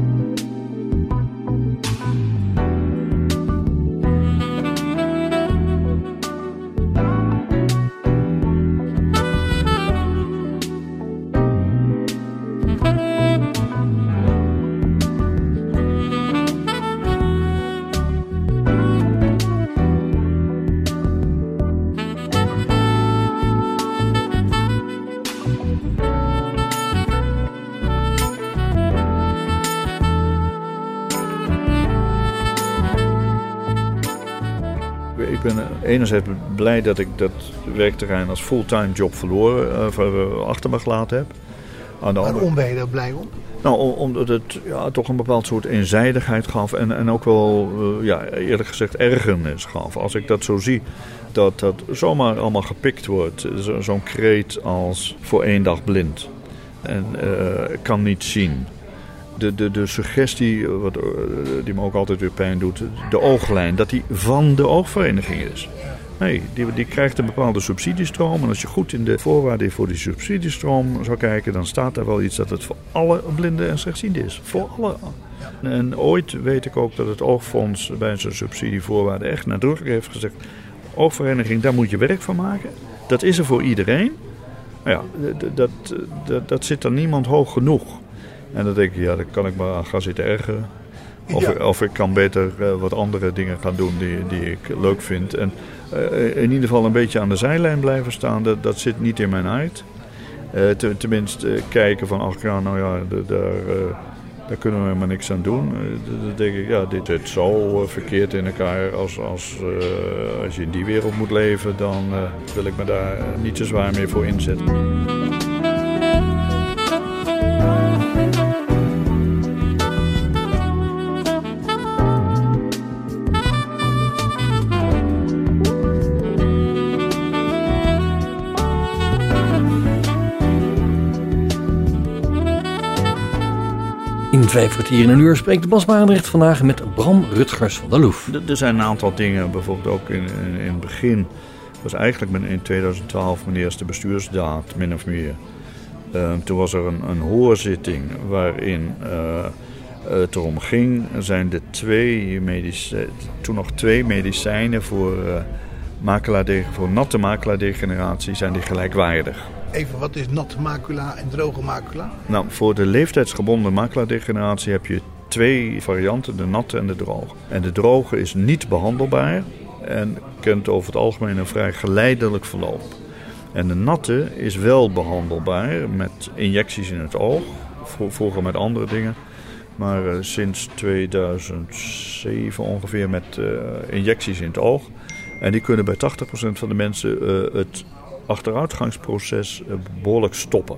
Ik ben enerzijds blij dat ik dat werkterrein als fulltime job verloren, uh, achter me gelaten heb. Waarom ben je daar blij om? Nou, omdat het ja, toch een bepaald soort eenzijdigheid gaf en, en ook wel, uh, ja, eerlijk gezegd, ergernis gaf. Als ik dat zo zie, dat dat zomaar allemaal gepikt wordt, zo, zo'n kreet als voor één dag blind en uh, kan niet zien. De, de, de suggestie, wat, die me ook altijd weer pijn doet, de ooglijn, dat die van de oogvereniging is. Nee, die, die krijgt een bepaalde subsidiestroom. En als je goed in de voorwaarden voor die subsidiestroom zou kijken, dan staat daar wel iets dat het voor alle blinden en slechtzienden is. Voor alle. En ooit weet ik ook dat het Oogfonds bij zijn subsidievoorwaarden echt nadrukkelijk heeft gezegd, oogvereniging, daar moet je werk van maken. Dat is er voor iedereen. Maar ja, dat, dat, dat, dat zit er niemand hoog genoeg. En dan denk ik, ja, dan kan ik maar aan gaan zitten ergeren. Of, ja. ik, of ik kan beter uh, wat andere dingen gaan doen die, die ik leuk vind. En uh, in ieder geval een beetje aan de zijlijn blijven staan, dat, dat zit niet in mijn aard. Uh, te, tenminste, uh, kijken van, ach ja, nou ja, de, daar, uh, daar kunnen we maar niks aan doen. Uh, dan denk ik, ja, dit zit zo uh, verkeerd in elkaar. Als, als, uh, als je in die wereld moet leven, dan uh, wil ik me daar uh, niet te zwaar meer voor inzetten. In vijf kwartier in een uur spreekt Bas Barendrecht vandaag met Bram Rutgers van der Loef. Er zijn een aantal dingen, bijvoorbeeld ook in, in, in het begin, was eigenlijk in twintig twaalf mijn eerste bestuursdaad, min of meer. Uh, toen was er een, een hoorzitting waarin uh, het erom ging, zijn de twee medicijnen, toen nog twee medicijnen voor, uh, macula-de- voor natte maculadegeneratie, zijn die gelijkwaardig. Even, wat is natte macula en droge macula? Nou, voor de leeftijdsgebonden maculadegeneratie heb je twee varianten, de natte en de droge. En de droge is niet behandelbaar en kent over het algemeen een vrij geleidelijk verloop. En de natte is wel behandelbaar met injecties in het oog, vroeger met andere dingen. Maar uh, sinds tweeduizend zeven ongeveer met uh, injecties in het oog. En die kunnen bij tachtig procent van de mensen uh, het achteruitgangsproces uh, behoorlijk stoppen.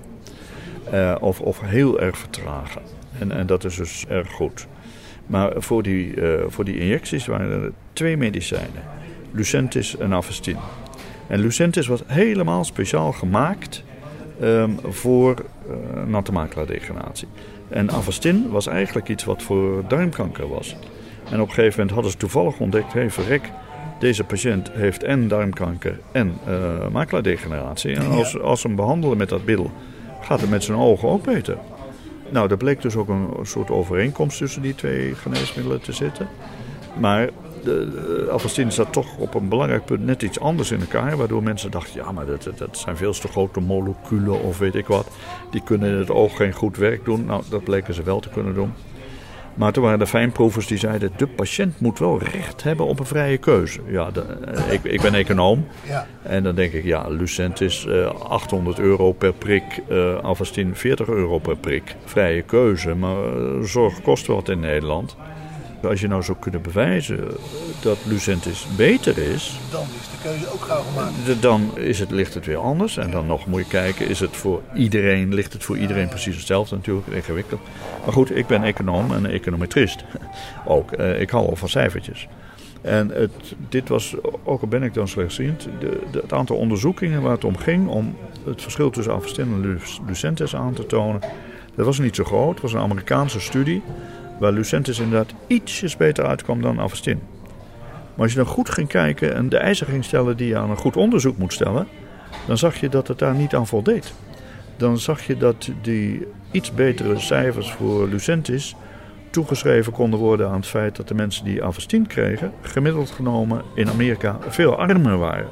Uh, of, of heel erg vertragen. En, en dat is dus erg goed. Maar voor die, uh, voor die injecties waren er twee medicijnen. Lucentis en Avastin. En Lucentis was helemaal speciaal gemaakt um, voor uh, natte maculadegeneratie. En Avastin was eigenlijk iets wat voor darmkanker was. En op een gegeven moment hadden ze toevallig ontdekt, hé hey, verrek, deze patiënt heeft en darmkanker en uh, maculadegeneratie. En als, als ze hem behandelen met dat middel, gaat het met zijn ogen ook beter. Nou, er bleek dus ook een soort overeenkomst tussen die twee geneesmiddelen te zitten. Maar de, de Avastin zat toch op een belangrijk punt net iets anders in elkaar. Waardoor mensen dachten, ja, maar dat, dat zijn veel te grote moleculen of weet ik wat. Die kunnen in het oog geen goed werk doen. Nou, dat bleken ze wel te kunnen doen. Maar toen waren er fijnproevers die zeiden, de patiënt moet wel recht hebben op een vrije keuze. Ja, de, ik, ik ben econoom. Ja. En dan denk ik, ja, Lucentis uh, achthonderd euro per prik, uh, Avastin veertig euro per prik. Vrije keuze, maar uh, zorg kost wat in Nederland. Als je nou zou kunnen bewijzen dat Lucentis beter is, dan is de keuze ook gauw gemaakt. Dan is het, ligt het weer anders. En dan nog moet je kijken, is het voor iedereen, ligt het voor iedereen precies hetzelfde natuurlijk, ingewikkeld. Maar goed, ik ben econoom en econometrist. Ook, eh, ik hou al van cijfertjes. En het, dit was, ook al ben ik dan slechtziend, de, de, het aantal onderzoekingen waar het om ging, om het verschil tussen Avastin en Lucentis aan te tonen, dat was niet zo groot. Het was een Amerikaanse studie, waar Lucentis inderdaad ietsjes beter uitkwam dan Avastin. Maar als je dan goed ging kijken en de eisen ging stellen die je aan een goed onderzoek moet stellen, dan zag je dat het daar niet aan voldeed. Dan zag je dat die iets betere cijfers voor Lucentis toegeschreven konden worden aan het feit dat de mensen die Avastin kregen, gemiddeld genomen in Amerika veel armer waren.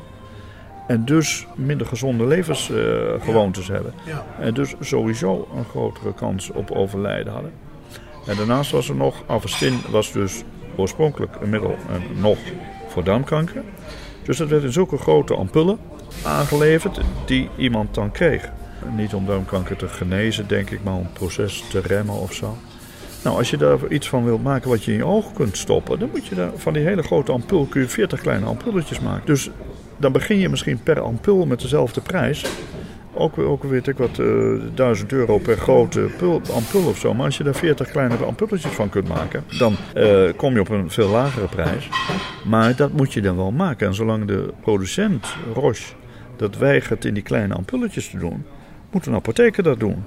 En dus minder gezonde levensgewoontes uh, hebben. Ja. En dus sowieso een grotere kans op overlijden hadden. En daarnaast was er nog, Avastin was dus oorspronkelijk een middel en nog voor darmkanker. Dus dat werd in zulke grote ampullen aangeleverd die iemand dan kreeg. Niet om darmkanker te genezen, denk ik, maar om het proces te remmen of zo. Nou, als je daar iets van wilt maken wat je in je oog kunt stoppen, dan moet je daar van die hele grote ampul kun je veertig kleine ampulletjes maken. Dus dan begin je misschien per ampul met dezelfde prijs. Ook, ook weet ik wat, uh, duizend euro per grote pul, ampul of zo. Maar als je daar veertig kleinere ampulletjes van kunt maken, dan uh, kom je op een veel lagere prijs. Maar dat moet je dan wel maken. En zolang de producent, Roche, dat weigert in die kleine ampulletjes te doen, moet een apotheker dat doen.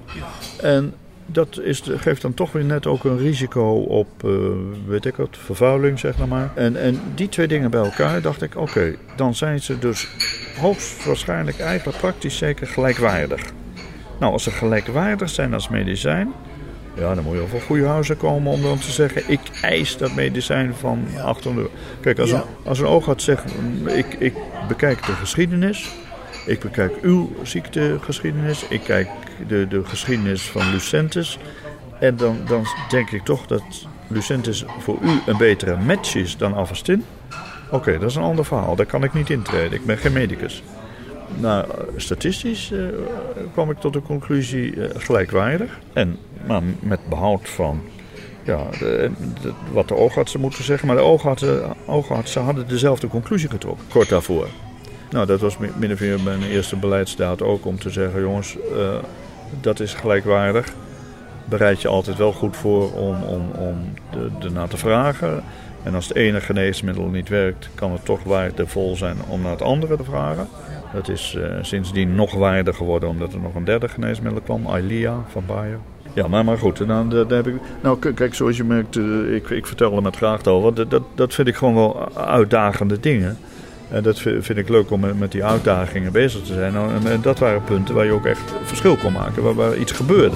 En dat is, geeft dan toch weer net ook een risico op, uh, weet ik wat, vervuiling, zeg maar. maar. En, en die twee dingen bij elkaar, dacht ik, oké, okay, dan zijn ze dus hoogstwaarschijnlijk eigenlijk praktisch zeker gelijkwaardig. Nou, als ze gelijkwaardig zijn als medicijn, ja, dan moet je wel voor goede huizen komen om dan te zeggen, ik eis dat medicijn van achthonderd euro. Kijk, als, ja. een, als een oogarts zegt, ik, ik bekijk de geschiedenis, ik bekijk uw ziektegeschiedenis, ik kijk de, de geschiedenis van Lucentis. En dan, dan denk ik toch dat Lucentis voor u een betere match is dan Avastin. Oké, okay, dat is een ander verhaal. Daar kan ik niet intreden. Ik ben geen medicus. Nou, statistisch uh, kwam ik tot de conclusie uh, gelijkwaardig. En maar met behoud van ja, de, de, wat de oogartsen moeten zeggen. Maar de oogartsen, oogartsen hadden dezelfde conclusie getrokken, kort daarvoor. Nou, dat was min of meer mijn eerste beleidsdaad ook om te zeggen, jongens, uh, dat is gelijkwaardig. Bereid je altijd wel goed voor om, om, om de, ernaar te vragen. En als het ene geneesmiddel niet werkt, kan het toch waardevol zijn om naar het andere te vragen. Dat is uh, sindsdien nog waarder geworden omdat er nog een derde geneesmiddel kwam, Eylea van Bayer. Ja, maar, maar goed, dan, dan heb ik. Nou, kijk, zoals je merkt, uh, ik, ik vertel er met graag over. Dat, dat, dat vind ik gewoon wel uitdagende dingen. En dat vind ik leuk om met, met die uitdagingen bezig te zijn. Nou, en, en dat waren punten waar je ook echt verschil kon maken, waar, waar iets gebeurde.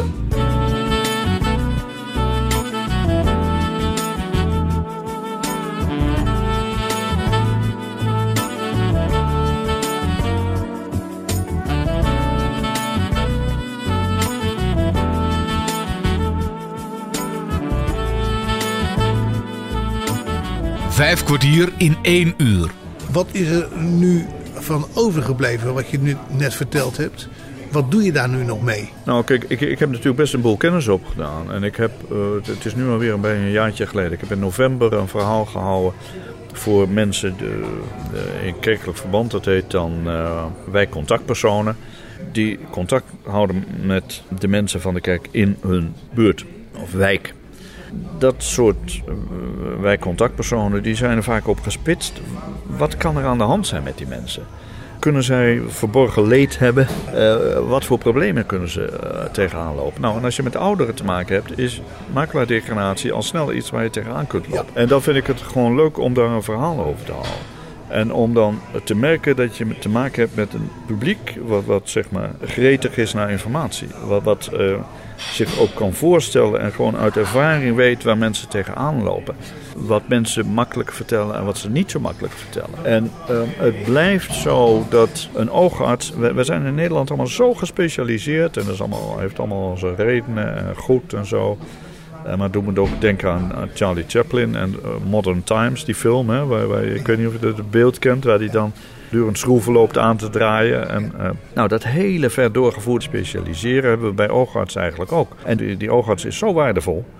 Vijf kwartier in één uur. Wat is er nu van overgebleven wat je nu net verteld hebt? Wat doe je daar nu nog mee? Nou kijk, ik, ik heb natuurlijk best een boel kennis opgedaan. En ik heb, uh, het is nu alweer een beetje een jaartje geleden. Ik heb in november een verhaal gehouden voor mensen de, de, in kerkelijk verband. Dat heet dan uh, wijkcontactpersonen. Die contact houden met de mensen van de kerk in hun buurt of wijk. Dat soort uh, wijkcontactpersonen die zijn er vaak op gespitst. Wat kan er aan de hand zijn met die mensen? Kunnen zij verborgen leed hebben? Uh, wat voor problemen kunnen ze uh, tegenaan lopen? Nou, en als je met ouderen te maken hebt, is makelaardegradatie al snel iets waar je tegenaan kunt lopen. Ja. En dan vind ik het gewoon leuk om daar een verhaal over te houden. En om dan te merken dat je te maken hebt met een publiek wat, wat zeg maar gretig is naar informatie. Wat, wat uh, zich ook kan voorstellen en gewoon uit ervaring weet waar mensen tegenaan lopen. Wat mensen makkelijk vertellen en wat ze niet zo makkelijk vertellen. En uh, het blijft zo dat een oogarts, we, we zijn in Nederland allemaal zo gespecialiseerd en dat is allemaal, heeft allemaal zijn redenen en goed en zo. Uh, maar doe me ook denken aan, aan Charlie Chaplin en uh, Modern Times, die film. Hè, waar, waar, ik weet niet of je het beeld kent, waar die dan durend schroeven loopt aan te draaien. En, uh, nou, dat hele ver doorgevoerd specialiseren hebben we bij oogarts eigenlijk ook. En die, die oogarts is zo waardevol.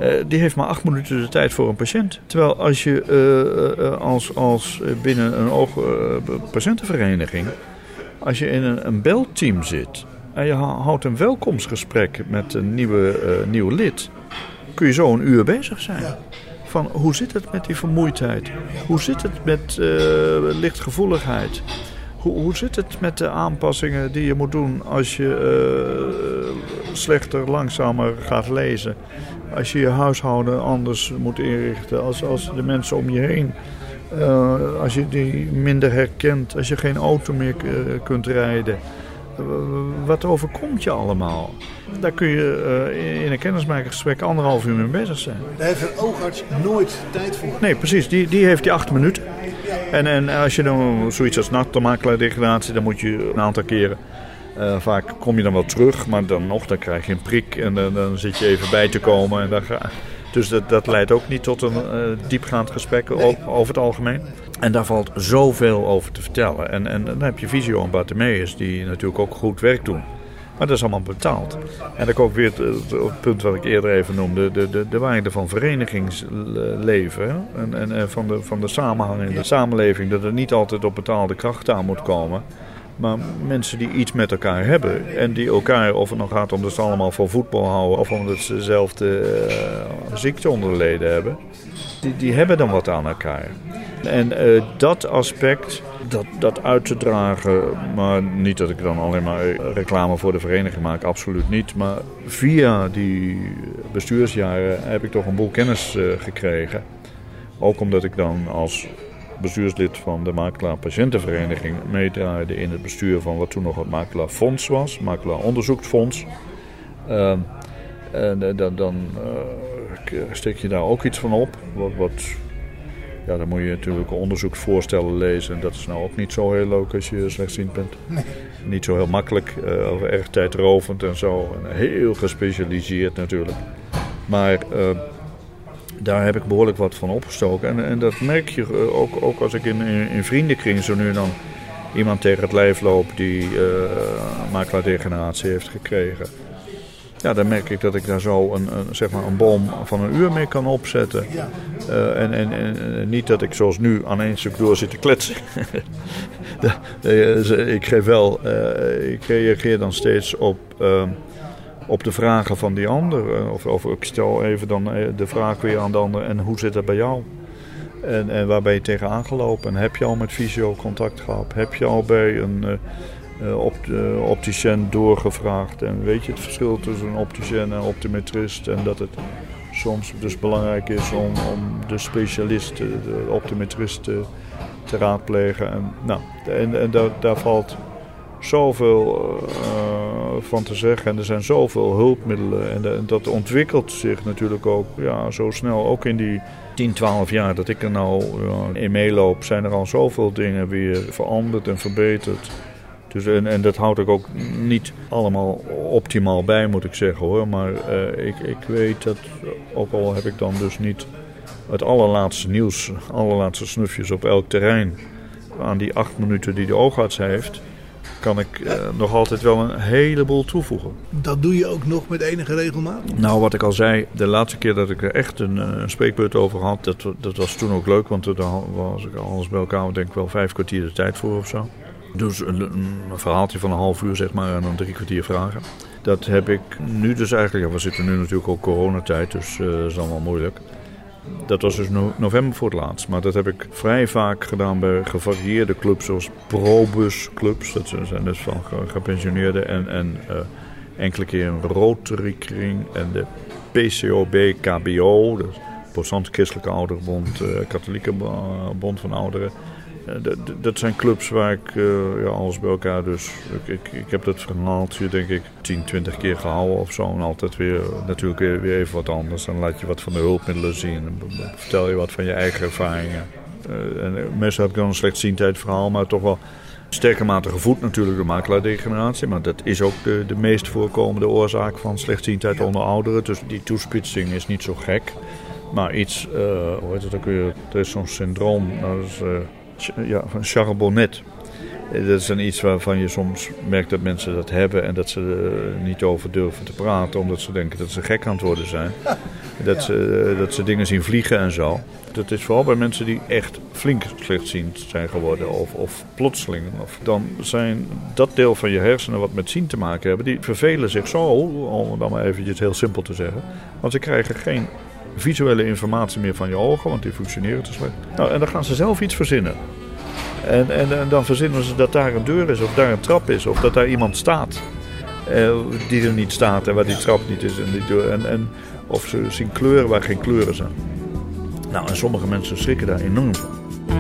Uh, die heeft maar acht minuten de tijd voor een patiënt. Terwijl als je uh, uh, als, als binnen een oog, uh, patiëntenvereniging, als je in een, een belteam zit en je houdt een welkomstgesprek met een nieuwe, uh, nieuw lid, kun je zo een uur bezig zijn. Ja. Van hoe zit het met die vermoeidheid? Hoe zit het met uh, lichtgevoeligheid? Hoe, hoe zit het met de aanpassingen die je moet doen als je uh, slechter, langzamer gaat lezen? Als je je huishouden anders moet inrichten, als, als de mensen om je heen, uh, als je die minder herkent, als je geen auto meer uh, kunt rijden. Uh, wat overkomt je allemaal? Daar kun je uh, in een kennismakingsgesprek anderhalf uur mee bezig zijn. Daar heeft een oogarts nooit tijd voor. Nee, precies. Die, die heeft die acht minuten. En, en als je dan zoiets als nachtmakelaardegradatie, dan moet je een aantal keren. Uh, vaak kom je dan wel terug, maar dan nog, dan krijg je een prik en dan, dan zit je even bij te komen. En dan ga, dus dat, dat leidt ook niet tot een uh, diepgaand gesprek nee. over het algemeen. En daar valt zoveel over te vertellen. En, en dan heb je Visio en Bartimeus die natuurlijk ook goed werk doen. Maar dat is allemaal betaald. En dan kom ik weer het, het punt wat ik eerder even noemde. De, de, de waarde van verenigingsleven. Hè? En, en, en van, de, van de samenhang in de samenleving. Dat er niet altijd op betaalde kracht aan moet komen. Maar mensen die iets met elkaar hebben. En die elkaar, of het nog gaat omdat ze allemaal van voetbal houden. Of omdat ze dezelfde uh, ziekte onder de leden hebben. Die, die hebben dan wat aan elkaar. En uh, dat aspect, dat, dat uit te dragen, maar niet dat ik dan alleen maar reclame voor de vereniging maak, absoluut niet. Maar via die bestuursjaren heb ik toch een boel kennis uh, gekregen. Ook omdat ik dan als bestuurslid van de Makelaar Patiëntenvereniging meedraaide in het bestuur van wat toen nog het Makelaar Fonds was, Makelaar Onderzoeksfonds. Uh, en dan, dan uh, steek je daar ook iets van op, wat... wat Ja, dan moet je natuurlijk onderzoeksvoorstellen lezen. En dat is nou ook niet zo heel leuk als je slechtziend bent. Nee. Niet zo heel makkelijk, uh, of erg tijdrovend en zo. En heel gespecialiseerd natuurlijk. Maar uh, daar heb ik behoorlijk wat van opgestoken. En, en dat merk je uh, ook, ook als ik in, in, in vriendenkring zo nu en dan iemand tegen het lijf loop die uh, makelaardegeneratie heeft gekregen. Ja, dan merk ik dat ik daar zo een, een, zeg maar een bom van een uur mee kan opzetten. Ja. Uh, en, en, en niet dat ik zoals nu aan één stuk door zit te kletsen. Ik geef wel, uh, ik reageer dan steeds op, uh, op de vragen van die ander. Of, of ik stel even dan de vraag weer aan de ander. En hoe zit dat bij jou? En, en waar ben je tegen aangelopen? En heb je al met Visio contact gehad? Heb je al bij een... Uh, Uh, op de opticien doorgevraagd. En weet je het verschil tussen een opticien en optometrist? En dat het soms dus belangrijk is om, om de specialist, de optometrist te, te raadplegen. En, nou, en, en daar, daar valt zoveel uh, van te zeggen. En er zijn zoveel hulpmiddelen. En, de, en dat ontwikkelt zich natuurlijk ook ja, zo snel. Ook in die tien, twaalf jaar dat ik er nou uh, in meeloop, zijn er al zoveel dingen weer veranderd en verbeterd. Dus, en, en dat houd ik ook niet allemaal optimaal bij, moet ik zeggen hoor. Maar uh, ik, ik weet dat, ook al heb ik dan dus niet het allerlaatste nieuws, allerlaatste snufjes op elk terrein. Aan die acht minuten die de oogarts heeft, kan ik uh, nog altijd wel een heleboel toevoegen. Dat doe je ook nog met enige regelmaat? Nou, wat ik al zei, de laatste keer dat ik er echt een, een spreekbeurt over had, dat, dat was toen ook leuk. Want daar was ik alles bij elkaar, denk ik wel vijf kwartier de tijd voor of zo. Dus een, een verhaaltje van een half uur zeg maar en dan drie kwartier vragen. Dat heb ik nu dus eigenlijk, ja, we zitten nu natuurlijk ook coronatijd, dus uh, dat is allemaal moeilijk. Dat was dus no- november voor het laatst. Maar dat heb ik vrij vaak gedaan bij gevarieerde clubs zoals Probus-clubs. Dat zijn dus van gepensioneerden en, en uh, enkele keer een Rotary Kring en de P C O B K B O. Dat is Protestantse Christelijke Ouderenbond, uh, Katholieke Bond van Ouderen. Dat, dat zijn clubs waar ik uh, ja, alles bij elkaar dus... Ik, ik, ik heb dat verhaaltje denk ik tien, twintig keer gehouden of zo. En altijd weer natuurlijk weer, weer even wat anders. Dan laat je wat van de hulpmiddelen zien. En vertel je wat van je eigen ervaringen. Uh, en meestal heb ik dan een slechtziendheid verhaal, maar toch wel sterke mate gevoed natuurlijk de makelaardegeneratie. Maar dat is ook de, de meest voorkomende oorzaak van slechtziendheid onder ouderen. Dus die toespitsing is niet zo gek. Maar iets, uh, hoe heet het ook weer? Er is zo'n syndroom... Nou, dat is, uh, Ja, van Charles Bonnet. Dat is dan iets waarvan je soms merkt dat mensen dat hebben en dat ze er niet over durven te praten, omdat ze denken dat ze gek aan het worden zijn. Dat ze, dat ze dingen zien vliegen en zo. Dat is vooral bij mensen die echt flink slechtziend zijn geworden of, of plotseling. Of dan zijn dat deel van je hersenen wat met zien te maken hebben, die vervelen zich zo, om dan maar eventjes heel simpel te zeggen. Want ze krijgen geen visuele informatie meer van je ogen, want die functioneren te slecht. Nou, en dan gaan ze zelf iets verzinnen. En, en, en dan verzinnen ze dat daar een deur is, of daar een trap is, of dat daar iemand staat. Eh, die er niet staat en waar die trap niet is. En die deur, en, en, of ze zien kleuren waar geen kleuren zijn. Nou, en sommige mensen schrikken daar enorm van.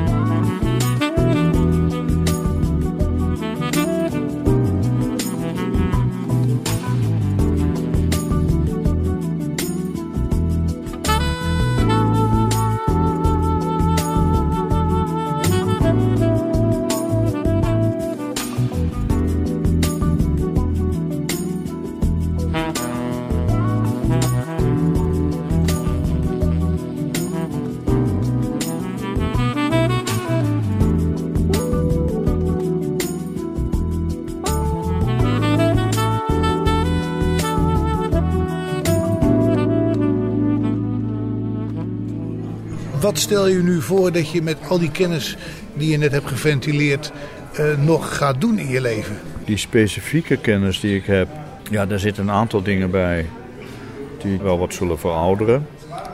Wat stel je nu voor dat je met al die kennis die je net hebt geventileerd uh, nog gaat doen in je leven? Die specifieke kennis die ik heb, ja, daar zitten een aantal dingen bij die wel wat zullen verouderen.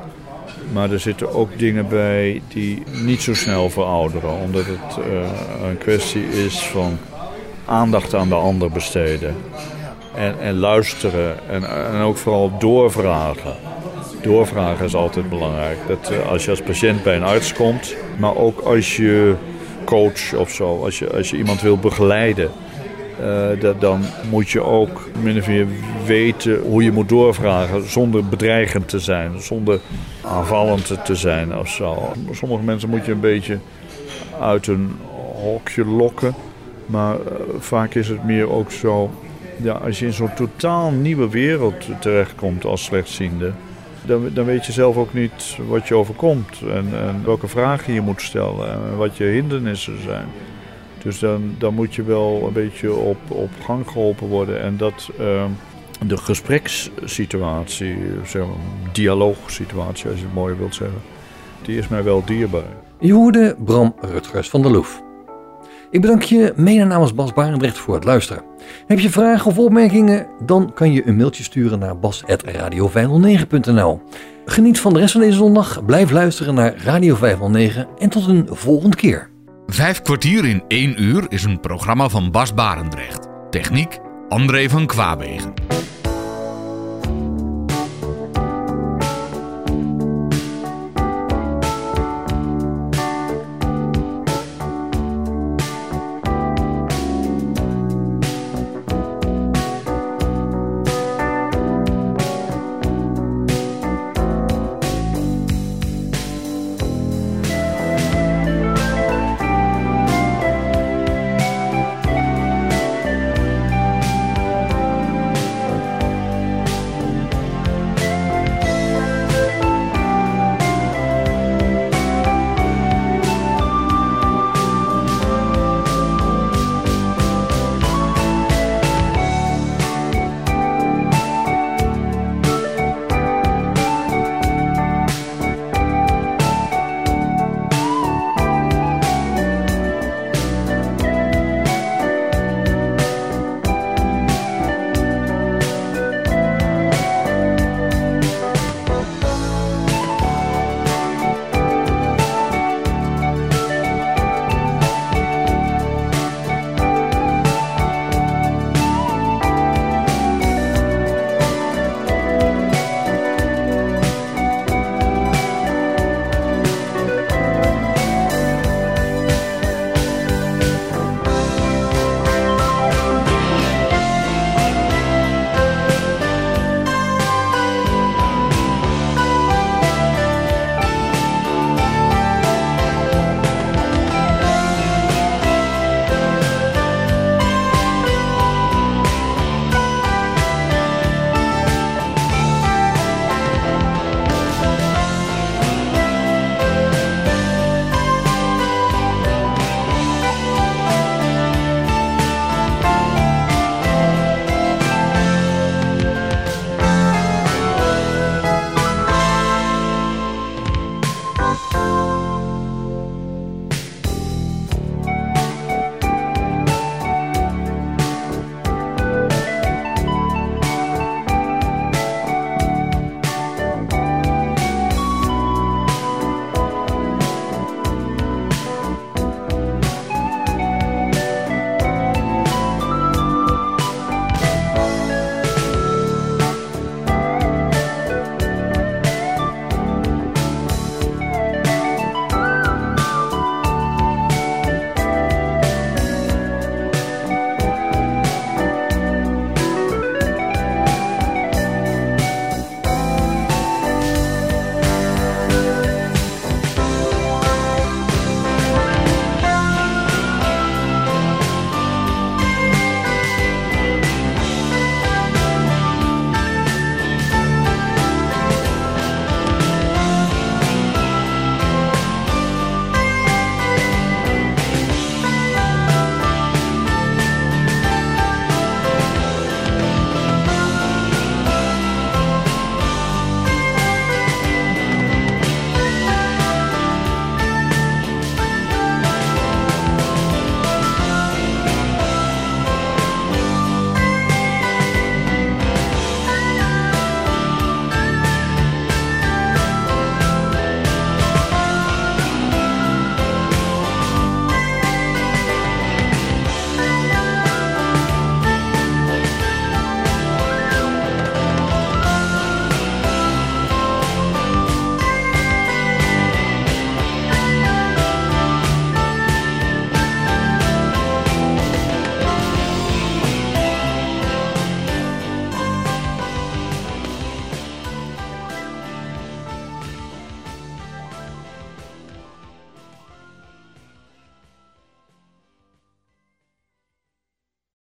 Maar er zitten ook dingen bij die niet zo snel verouderen. Omdat het uh, een kwestie is van aandacht aan de ander besteden. En, en luisteren en, en ook vooral doorvragen. Doorvragen is altijd belangrijk. Dat uh, als je als patiënt bij een arts komt, maar ook als je coach of zo, als je, als je iemand wil begeleiden, uh, dat, dan moet je ook min of meer weten hoe je moet doorvragen zonder bedreigend te zijn, zonder aanvallend te zijn of zo. Sommige mensen moet je een beetje uit een hokje lokken, maar uh, vaak is het meer ook zo, ja, als je in zo'n totaal nieuwe wereld terechtkomt als slechtziende, Dan, dan weet je zelf ook niet wat je overkomt en, en welke vragen je moet stellen en wat je hindernissen zijn. Dus dan, dan moet je wel een beetje op, op gang geholpen worden. En dat uh, de gesprekssituatie, zeg maar, dialoogsituatie als je het mooi wilt zeggen, die is mij wel dierbaar. Je hoorde Bram Rutgers van der Loef. Ik bedank je mede namens Bas Barendrecht voor het luisteren. Heb je vragen of opmerkingen? Dan kan je een mailtje sturen naar bas apenstaartje radio vijfhonderdnegen punt n l. Geniet van de rest van deze zondag, blijf luisteren naar Radio vijfhonderdnegen en tot een volgende keer. Vijf kwartier in één uur is een programma van Bas Barendrecht. Techniek André van Kwaabegen.